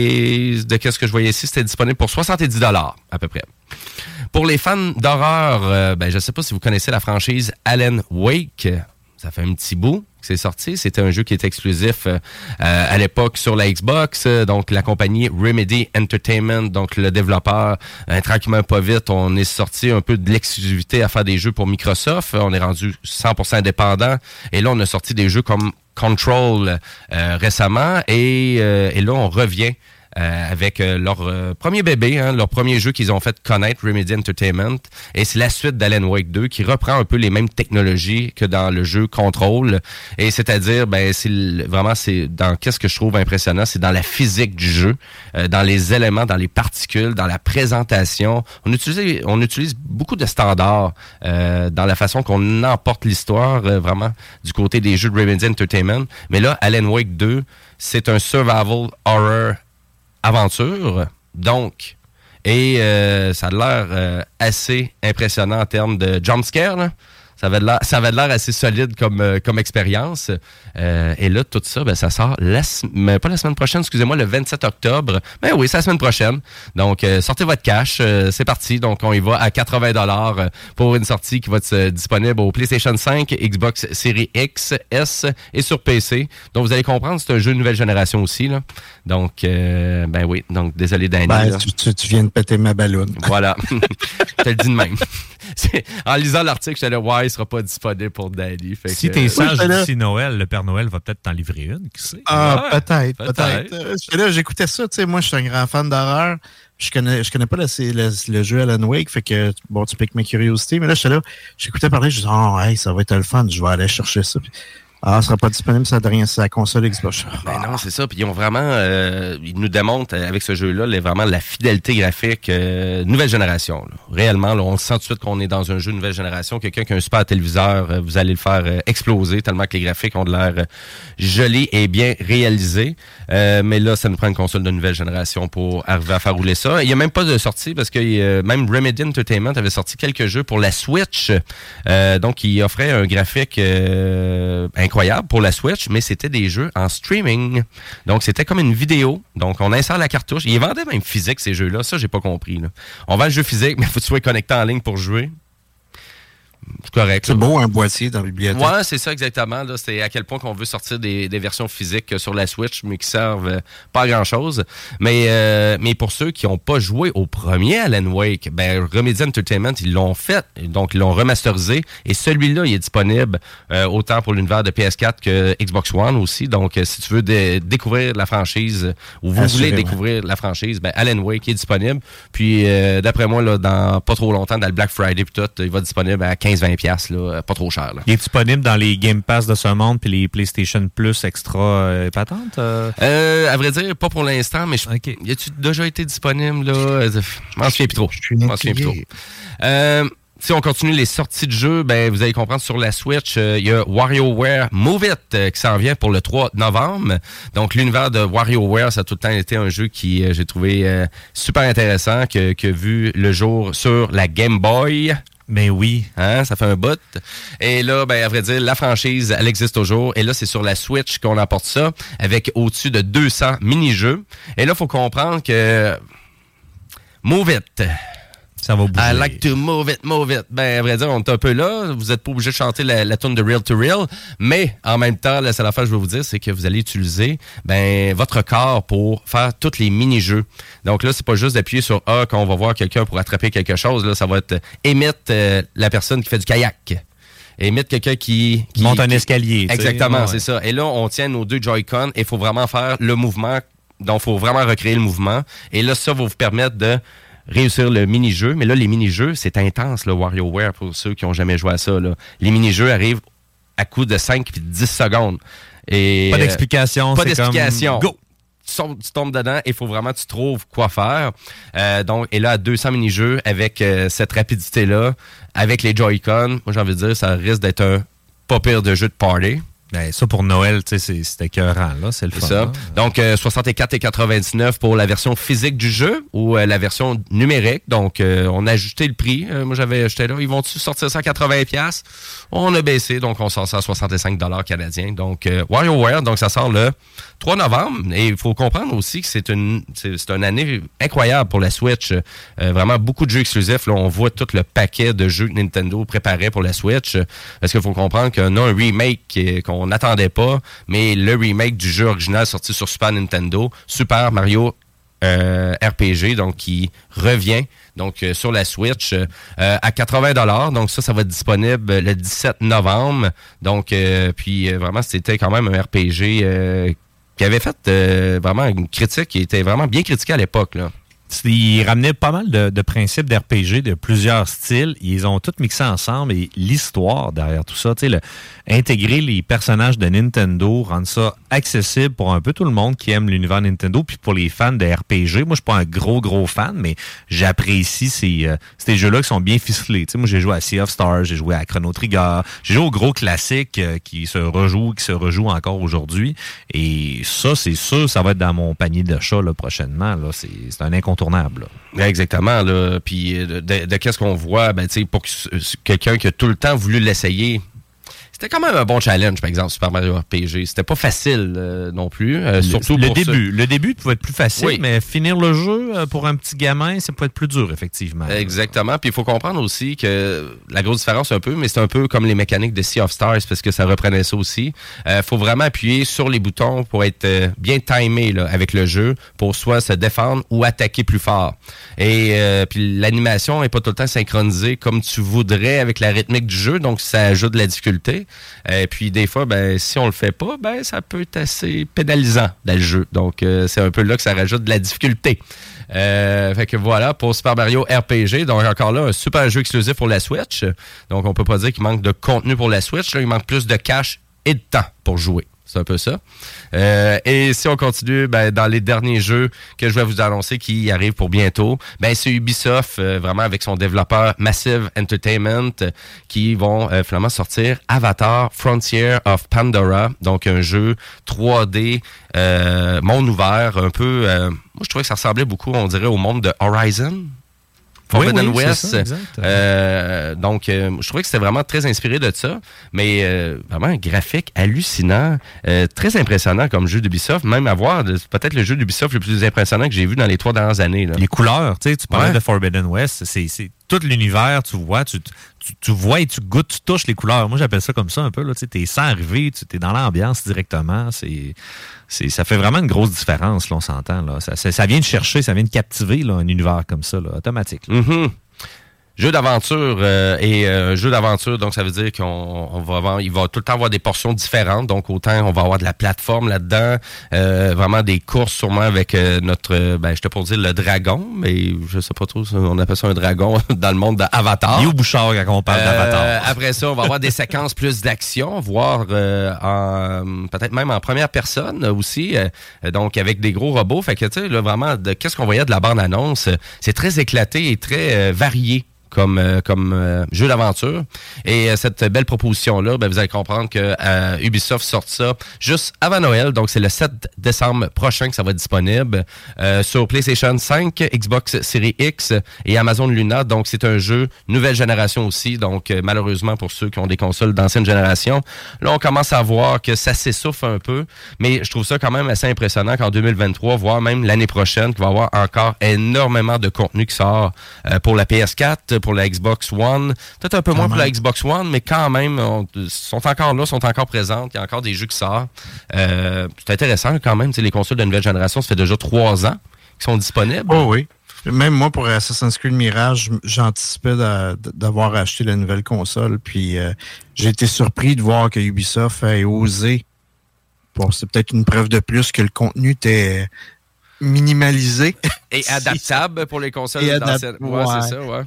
et de qu'est-ce que je voyais ici, c'était disponible pour soixante-dix dollars à peu près. Pour les fans d'horreur, euh, ben je ne sais pas si vous connaissez la franchise Alan Wake. Ça fait un petit bout que c'est sorti. C'était un jeu qui était exclusif euh, à l'époque sur la Xbox. Donc, la compagnie Remedy Entertainment, donc le développeur, euh, tranquillement pas vite, on est sorti un peu de l'exclusivité à faire des jeux pour Microsoft. On est rendu cent pour cent indépendant. Et là, on a sorti des jeux comme Control euh, récemment. Et, euh, et là, on revient Euh, avec euh, leur euh, premier bébé, hein, leur premier jeu qu'ils ont fait connaître, Remedy Entertainment. Et c'est la suite d'Alan Wake deux qui reprend un peu les mêmes technologies que dans le jeu Control. Et c'est-à-dire, ben, c'est le, vraiment, c'est dans qu'est-ce que je trouve impressionnant, c'est dans la physique du jeu, euh, dans les éléments, dans les particules, dans la présentation. On utilise, on utilise beaucoup de standards euh, dans la façon qu'on emporte l'histoire, euh, vraiment, du côté des jeux de Remedy Entertainment. Mais là, Alan Wake deux, c'est un survival horror aventure, donc, et euh, ça a l'air euh, assez impressionnant en termes de jumpscare, là. Ça avait l'air, ça avait l'air assez solide comme, euh, comme expérience. Euh, et là, tout ça, ben, ça sort, la, mais pas la semaine prochaine, excusez-moi, le vingt-sept octobre. Ben oui, c'est la semaine prochaine. Donc, euh, sortez votre cash, euh, c'est parti. Donc, on y va à quatre-vingts dollars pour une sortie qui va être euh, disponible au PlayStation cinq, Xbox Series X, S et sur P C. Donc, vous allez comprendre, c'est un jeu de nouvelle génération aussi, là. Donc, euh, ben oui, donc désolé Danny. Ben, tu, tu, tu viens de péter ma balloune. Voilà, je te le dis de même. En lisant l'article, j'étais là, ouais, il sera pas disponible pour Danny. Fait si que, t'es sage oui, d'ici Noël, le Père Noël va peut-être t'en livrer une, qui sait? Ah, ouais, peut-être, peut-être. peut-être. Là, j'écoutais ça, tu sais, moi, je suis un grand fan d'horreur. Je connais, je connais pas le, le, le jeu Alan Wake, fait que, bon, tu piques ma curiosité, mais là, j'étais là, j'écoutais parler, je disais, oh, hey, ça va être le fun, je vais aller chercher ça. Puis, ah, ça sera pas disponible, ça de rien, c'est la console Xbox. Ben non, c'est ça. Puis ils ont vraiment, euh, ils nous démontrent avec ce jeu-là, les, vraiment la fidélité graphique euh, nouvelle génération. Là. Réellement, là, on sent tout de suite qu'on est dans un jeu nouvelle génération. Quelqu'un qui a un super téléviseur, euh, vous allez le faire euh, exploser tellement que les graphiques ont de l'air euh, jolis et bien réalisés. Euh, mais là, ça nous prend une console de nouvelle génération pour arriver à faire rouler ça. Il y a même pas de sortie parce que euh, même Remedy Entertainment avait sorti quelques jeux pour la Switch. Euh, donc, il offrait un graphique euh, incroyable pour la Switch, mais c'était des jeux en streaming. Donc, c'était comme une vidéo. Donc, on insère la cartouche. Ils vendaient même physique, ces jeux-là. Ça, j'ai pas compris. Là. On vend le jeu physique, mais il faut que tu sois connecté en ligne pour jouer. C'est correct. C'est beau, un boîtier dans la bibliothèque. Ouais, c'est ça exactement. Là, c'est à quel point qu'on veut sortir des, des versions physiques sur la Switch, mais qui servent euh, pas à grand-chose. Mais, euh, mais pour ceux qui n'ont pas joué au premier Alan Wake, ben Remedy Entertainment, ils l'ont fait. Donc, ils l'ont remasterisé. Et celui-là, il est disponible euh, autant pour l'univers de P S quatre que Xbox One aussi. Donc, euh, si tu veux dé- découvrir la franchise ou vous Assurément. voulez découvrir la franchise, ben Alan Wake est disponible. Puis, euh, d'après moi, là, dans pas trop longtemps, dans le Black Friday puis tout, il va être disponible à quinze vingt piastres, là, pas trop cher. Là. Il est disponible dans les Game Pass de ce monde puis les PlayStation Plus extra euh, patentes? Euh... Euh, à vrai dire, pas pour l'instant, mais je... okay. Y a-tu déjà été disponible, là? Je m'en souviens plus trop. Je m'en souviens plus trop. Euh, si on continue les sorties de jeux, ben vous allez comprendre sur la Switch, il euh, y a WarioWare Move It euh, qui s'en vient pour le trois novembre. Donc, l'univers de WarioWare, ça a tout le temps été un jeu qui euh, j'ai trouvé euh, super intéressant, que, que vu le jour sur la Game Boy. Mais oui. Hein, ça fait un bout. Et là, ben, à vrai dire, la franchise, elle existe toujours. Et là, c'est sur la Switch qu'on apporte ça, avec au-dessus de deux cents mini-jeux. Et là, il faut comprendre que Move It. Ça va bouger. I like to move it, move it. Ben, à vrai dire, on est un peu là. Vous n'êtes pas obligé de chanter la, la tune de Real to Real. Mais, en même temps, la seule affaire que je veux vous dire, c'est que vous allez utiliser, ben, votre corps pour faire tous les mini-jeux. Donc là, c'est pas juste d'appuyer sur A quand on va voir quelqu'un pour attraper quelque chose. Là, ça va être émettre euh, la personne qui fait du kayak. Émettre quelqu'un qui, qui... monte un qui, escalier. Exactement, ouais. c'est ça. Et là, on tient nos deux Joy-Con et il faut vraiment faire le mouvement. Donc, il faut vraiment recréer le mouvement. Et là, ça va vous permettre de réussir le mini-jeu. Mais là, les mini-jeux, c'est intense, le WarioWare, pour ceux qui n'ont jamais joué à ça. Là. Les mini-jeux arrivent à coup de cinq puis dix secondes. Et, pas d'explication. Euh, pas c'est d'explication. Comme... Go! Tu tombes dedans et il faut vraiment que tu trouves quoi faire. Euh, donc, et là, à deux cents mini-jeux, avec euh, cette rapidité-là, avec les Joy-Con, moi, j'ai envie de dire, ça risque d'être un pas pire de jeu de party. Ben, ça, pour Noël, c'est, c'était écœurant, là. C'est le fun. Ça. Hein? Donc, euh, soixante-quatre quatre-vingt-dix-neuf pour la version physique du jeu ou euh, la version numérique. Donc, euh, on a ajusté le prix. Euh, moi, j'avais acheté là. Ils vont-tu sortir ça à quatre-vingts dollars? On a baissé, donc on sort ça à soixante-cinq dollars canadiens. Donc, euh, WarioWare, donc ça sort le trois novembre. Et il faut comprendre aussi que c'est une, c'est, c'est une année incroyable pour la Switch. Euh, vraiment, beaucoup de jeux exclusifs. Là, on voit tout le paquet de jeux que Nintendo préparait pour la Switch. Parce qu'il faut comprendre qu'on a un remake qu'on n'attendait pas, mais le remake du jeu original sorti sur Super Nintendo, Super Mario euh, R P G, donc qui revient donc euh, sur la Switch euh, à quatre-vingts dollars. Donc ça, ça va être disponible le dix-sept novembre. Donc, euh, puis euh, vraiment, c'était quand même un R P G euh, qui avait fait euh, vraiment une critique qui était vraiment bien critiquée à l'époque, là. Ils ramenaient pas mal de, de principes d'R P G de plusieurs styles. Ils ont tous mixé ensemble et l'histoire derrière tout ça, tu sais, le, intégrer les personnages de Nintendo, rendre ça accessible pour un peu tout le monde qui aime l'univers Nintendo, puis pour les fans de R P G. Moi, je suis pas un gros, gros fan, mais j'apprécie ces, euh, ces jeux-là qui sont bien ficelés. Tu sais, moi, j'ai joué à Sea of Stars, j'ai joué à Chrono Trigger, j'ai joué aux gros classiques euh, qui se rejouent, qui se rejouent encore aujourd'hui. Et ça, c'est sûr, ça va être dans mon panier de chat là, prochainement. Là. C'est, c'est un incontournable. Là. Exactement. Là. Puis de, de, de qu'est-ce qu'on voit, ben, pour que, quelqu'un qui a tout le temps voulu l'essayer, c'était quand même un bon challenge, par exemple, Super Mario R P G. C'était pas facile euh, non plus. Euh, le, surtout le pour début. ça. Le début pouvait être plus facile, oui. mais finir le jeu euh, pour un petit gamin, ça peut être plus dur, effectivement. Exactement. Puis il faut comprendre aussi que la grosse différence un peu, mais c'est un peu comme les mécaniques de Sea of Stars, parce que ça reprenait ça aussi. Il euh, faut vraiment appuyer sur les boutons pour être euh, bien timé là, avec le jeu, pour soit se défendre ou attaquer plus fort. Et euh, puis l'animation n'est pas tout le temps synchronisée comme tu voudrais avec la rythmique du jeu, donc ça ajoute de la difficulté. Et puis des fois, ben si on le fait pas, ben ça peut être assez pénalisant dans le jeu. Donc euh, c'est un peu là que ça rajoute de la difficulté. Euh, fait que voilà, pour Super Mario R P G, donc encore là, un super jeu exclusif pour la Switch. Donc on peut pas dire qu'il manque de contenu pour la Switch, là, il manque plus de cash et de temps pour jouer. C'est un peu ça. Euh, et si on continue, ben, dans les derniers jeux que je vais vous annoncer qui arrivent pour bientôt, ben, c'est Ubisoft, euh, vraiment avec son développeur Massive Entertainment, euh, qui vont euh, finalement sortir Avatar Frontier of Pandora, donc un jeu trois D, euh, monde ouvert, un peu... Euh, moi, je trouvais que ça ressemblait beaucoup, on dirait, au monde de Horizon. Forbidden oui, oui, West. Ça, euh, donc, euh, je trouvais que c'était vraiment très inspiré de ça, mais euh, vraiment un graphique hallucinant, euh, très impressionnant comme jeu d'Ubisoft, même à voir peut-être le jeu d'Ubisoft le plus impressionnant que j'ai vu dans les trois dernières années. Là. Les couleurs, tu sais, tu parlais ouais. de Forbidden West, c'est, c'est tout l'univers, tu vois, tu, tu, tu vois et tu goûtes, tu touches les couleurs. Moi, j'appelle ça comme ça un peu, là, tu sais, t'es sans arriver, tu es dans l'ambiance directement, c'est... C'est, ça fait vraiment une grosse différence, là, on s'entend. Là. Ça, ça, ça vient de chercher, ça vient de captiver là, un univers comme ça, là, automatique. Là. Mm-hmm. Jeu d'aventure euh, et euh, jeu d'aventure, donc ça veut dire qu'on on va avoir, il va tout le temps avoir des portions différentes. Donc autant on va avoir de la plateforme là-dedans, euh, vraiment des courses sûrement avec euh, notre, ben je te pour dire le dragon, mais je sais pas trop, on appelle ça un dragon dans le monde d'Avatar. Et au Bouchard quand on parle euh, d'Avatar. Après ça, on va avoir des séquences plus d'action, voire euh, en peut-être même en première personne aussi, euh, donc avec des gros robots. Fait que tu sais là vraiment, de, qu'est-ce qu'on voyait de la bande-annonce, c'est très éclaté et très euh, varié. comme euh, comme euh, jeu d'aventure. Et euh, cette belle proposition-là, ben, vous allez comprendre que euh, Ubisoft sort ça juste avant Noël. Donc, c'est le sept décembre prochain que ça va être disponible euh, sur PlayStation cinq, Xbox Series X et Amazon Luna. Donc, c'est un jeu nouvelle génération aussi. Donc, euh, malheureusement, pour ceux qui ont des consoles d'ancienne génération, là, on commence à voir que ça s'essouffle un peu. Mais je trouve ça quand même assez impressionnant qu'en deux mille vingt-trois, voire même l'année prochaine, qu'il va y avoir encore énormément de contenu qui sort euh, pour la P S quatre, pour la Xbox One, peut-être un peu moins pour la Xbox One, mais quand même, on, sont encore là, sont encore présentes, il y a encore des jeux qui sortent. Euh, c'est intéressant quand même, les consoles de nouvelle génération, ça fait déjà trois ans qu'ils sont disponibles. Oh oui. Même moi, pour Assassin's Creed Mirage, j'anticipais de, de, d'avoir acheté la nouvelle console, puis euh, j'ai été surpris de voir que Ubisoft ait osé. Bon, c'est peut-être une preuve de plus que le contenu était minimalisé. Et adaptable pour les consoles d'ancienne. Ouais, ouais, c'est ça, ouais.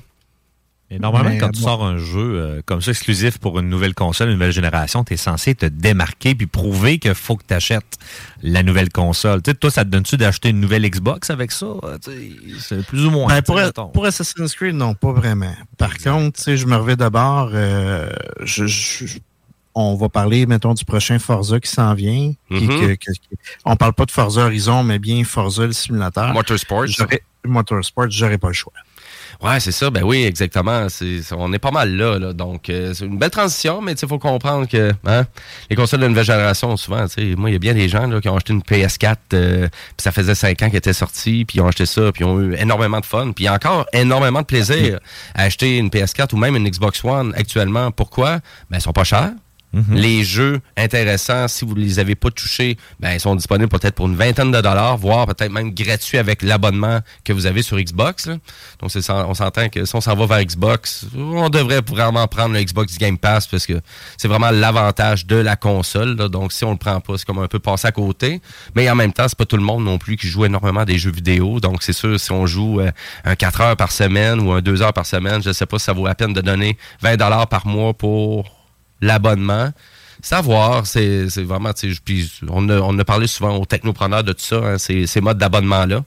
Et normalement, mais, quand tu bon. sors un jeu euh, comme ça, exclusif pour une nouvelle console, une nouvelle génération, tu es censé te démarquer puis prouver qu'il faut que tu achètes la nouvelle console. Tu sais, toi, ça te donne-tu d'acheter une nouvelle Xbox avec ça? C'est plus ou moins. Ben, pour, pour Assassin's Creed, non, pas vraiment. Par exact. contre, tu sais, je me revais d'abord, euh, je, je, on va parler, mettons, du prochain Forza qui s'en vient. Mm-hmm. Que, que, que, on parle pas de Forza Horizon, mais bien Forza le simulateur. Motorsport. J'aurais, Motorsport, j'aurais pas le choix. Ouais, c'est ça. Ben oui, exactement. C'est, on est pas mal là. là. Donc, euh, c'est une belle transition, mais il faut comprendre que hein, les consoles de nouvelle génération, souvent, moi, il y a bien des gens là, qui ont acheté une P S quatre, euh, puis ça faisait cinq ans qu'elle était sortie, puis ils ont acheté ça, puis ils ont eu énormément de fun, puis il y a encore énormément de plaisir à acheter une P S quatre ou même une Xbox One actuellement. Pourquoi? Ben, ils sont pas chers. Mm-hmm. Les jeux intéressants, si vous ne les avez pas touchés, ben, ils sont disponibles peut-être pour une vingtaine de dollars, voire peut-être même gratuits avec l'abonnement que vous avez sur Xbox. Là. Donc, c'est, on s'entend que si on s'en va vers Xbox, on devrait vraiment prendre le Xbox Game Pass parce que c'est vraiment l'avantage de la console. Là. Donc, si on le prend pas, c'est comme un peu passé à côté. Mais en même temps, c'est pas tout le monde non plus qui joue énormément à des jeux vidéo. Donc, c'est sûr, si on joue euh, un quatre heures par semaine ou un deux heures par semaine, je ne sais pas si ça vaut la peine de donner vingt dollars par mois pour l'abonnement. Savoir, c'est, c'est vraiment, puis on a, on a parlé souvent aux technopreneurs de tout ça, hein, ces, ces modes d'abonnement-là.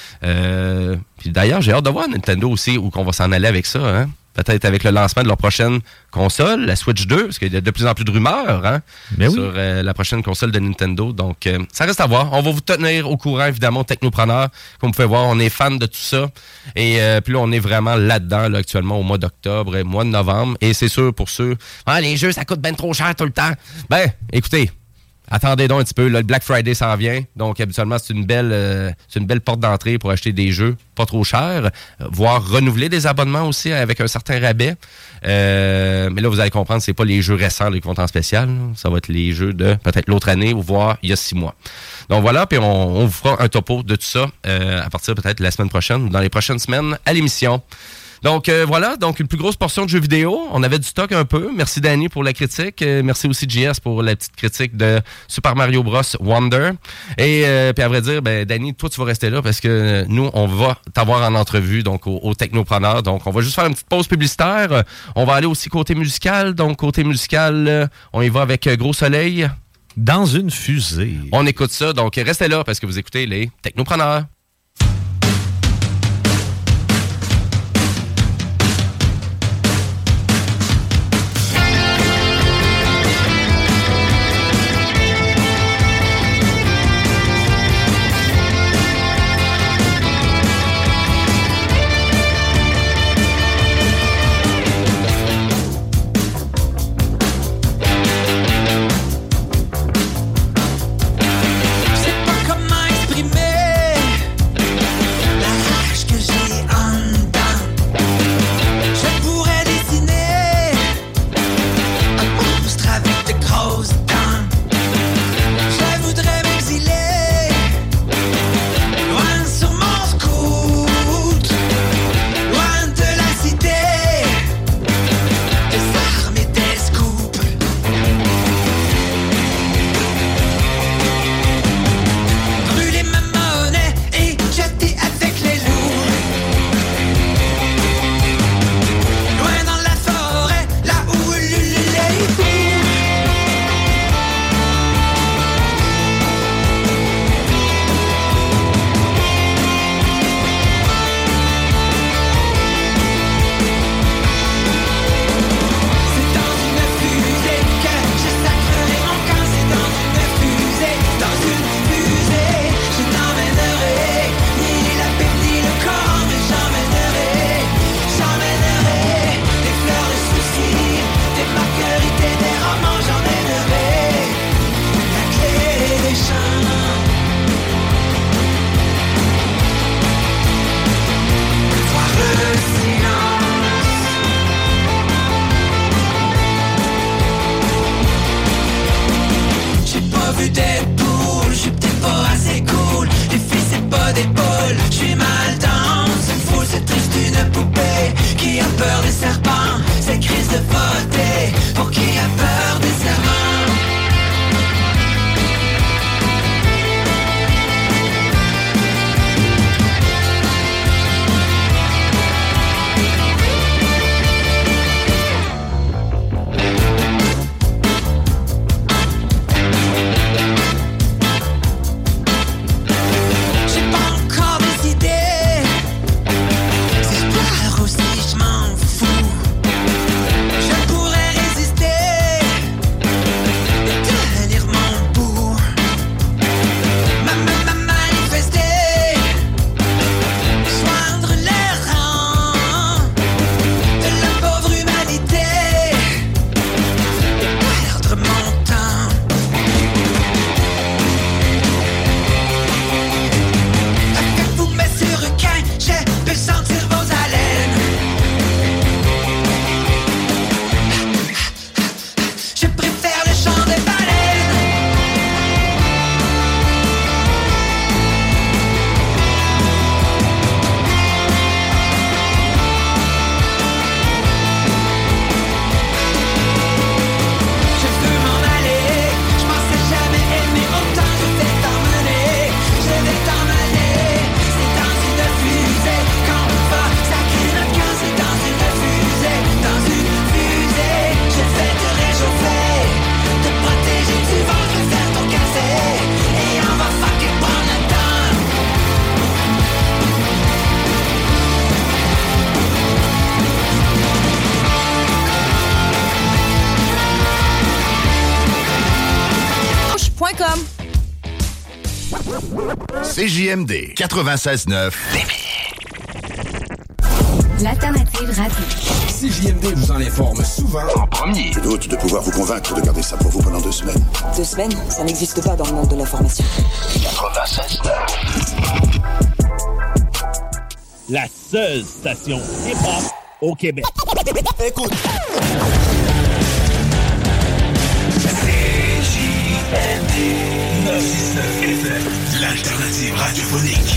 Euh, puis d'ailleurs, j'ai hâte de voir Nintendo aussi où qu'on va s'en aller avec ça, hein. Peut-être avec le lancement de leur prochaine console, la Switch deux, parce qu'il y a de plus en plus de rumeurs hein, oui. sur euh, la prochaine console de Nintendo. Donc, euh, ça reste à voir. On va vous tenir au courant, évidemment, technopreneurs. Comme vous pouvez voir, on est fan de tout ça. Et euh, puis là, on est vraiment là-dedans, là, actuellement, au mois d'octobre et mois de novembre. Et c'est sûr, pour ceux... Ah, les jeux, ça coûte bien trop cher tout le temps. Ben, écoutez... Attendez donc un petit peu, là, le Black Friday s'en vient, donc habituellement c'est une belle euh, c'est une belle porte d'entrée pour acheter des jeux pas trop chers, euh, voire renouveler des abonnements aussi avec un certain rabais. Euh, mais là, vous allez comprendre, c'est pas les jeux récents là, qui vont être en spécial, là. Ça va être les jeux de peut-être l'autre année ou voire il y a six mois. Donc voilà, puis on, on vous fera un topo de tout ça euh, à partir peut-être de la semaine prochaine ou dans les prochaines semaines à l'émission. Donc euh, voilà, donc une plus grosse portion de jeux vidéo. On avait du stock un peu. Merci Danny pour la critique. Euh, merci aussi J S pour la petite critique de Super Mario Bros. Wonder. Et euh, puis à vrai dire, ben Danny, toi tu vas rester là parce que nous, on va t'avoir en entrevue donc au, au Technopreneur. Donc on va juste faire une petite pause publicitaire. On va aller aussi côté musical. Donc côté musical, euh, on y va avec euh, Gros Soleil. Dans une fusée. On écoute ça. Donc restez là parce que vous écoutez les Technopreneurs. Je sais pas comment exprimer C J M D quatre-vingt-seize neuf L'alternative radio. C J M D vous en informe souvent en premier. Je doute de pouvoir vous convaincre de garder ça pour vous pendant deux semaines. Deux semaines? Ça n'existe pas dans le monde de l'information. quatre-vingt-seize neuf La seule station hip-hop au Québec. Écoute. C J M D neuf cent soixante-neuf F M, l'alternative radiophonique.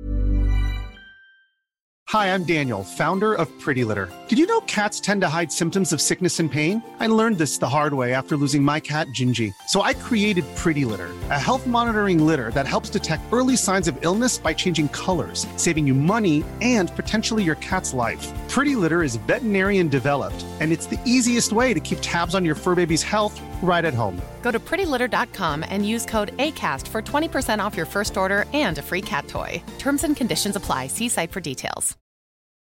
Hi, I'm Daniel, founder of Pretty Litter. Did you know cats tend to hide symptoms of sickness and pain? I learned this the hard way after losing my cat, Gingy. So I created Pretty Litter, a health monitoring litter that helps detect early signs of illness by changing colors, saving you money and potentially your cat's life. Pretty Litter is veterinarian developed, and it's the easiest way to keep tabs on your fur baby's health right at home. Go to pretty litter dot com and use code ACAST for twenty percent off your first order and a free cat toy. Terms and conditions apply. See site for details.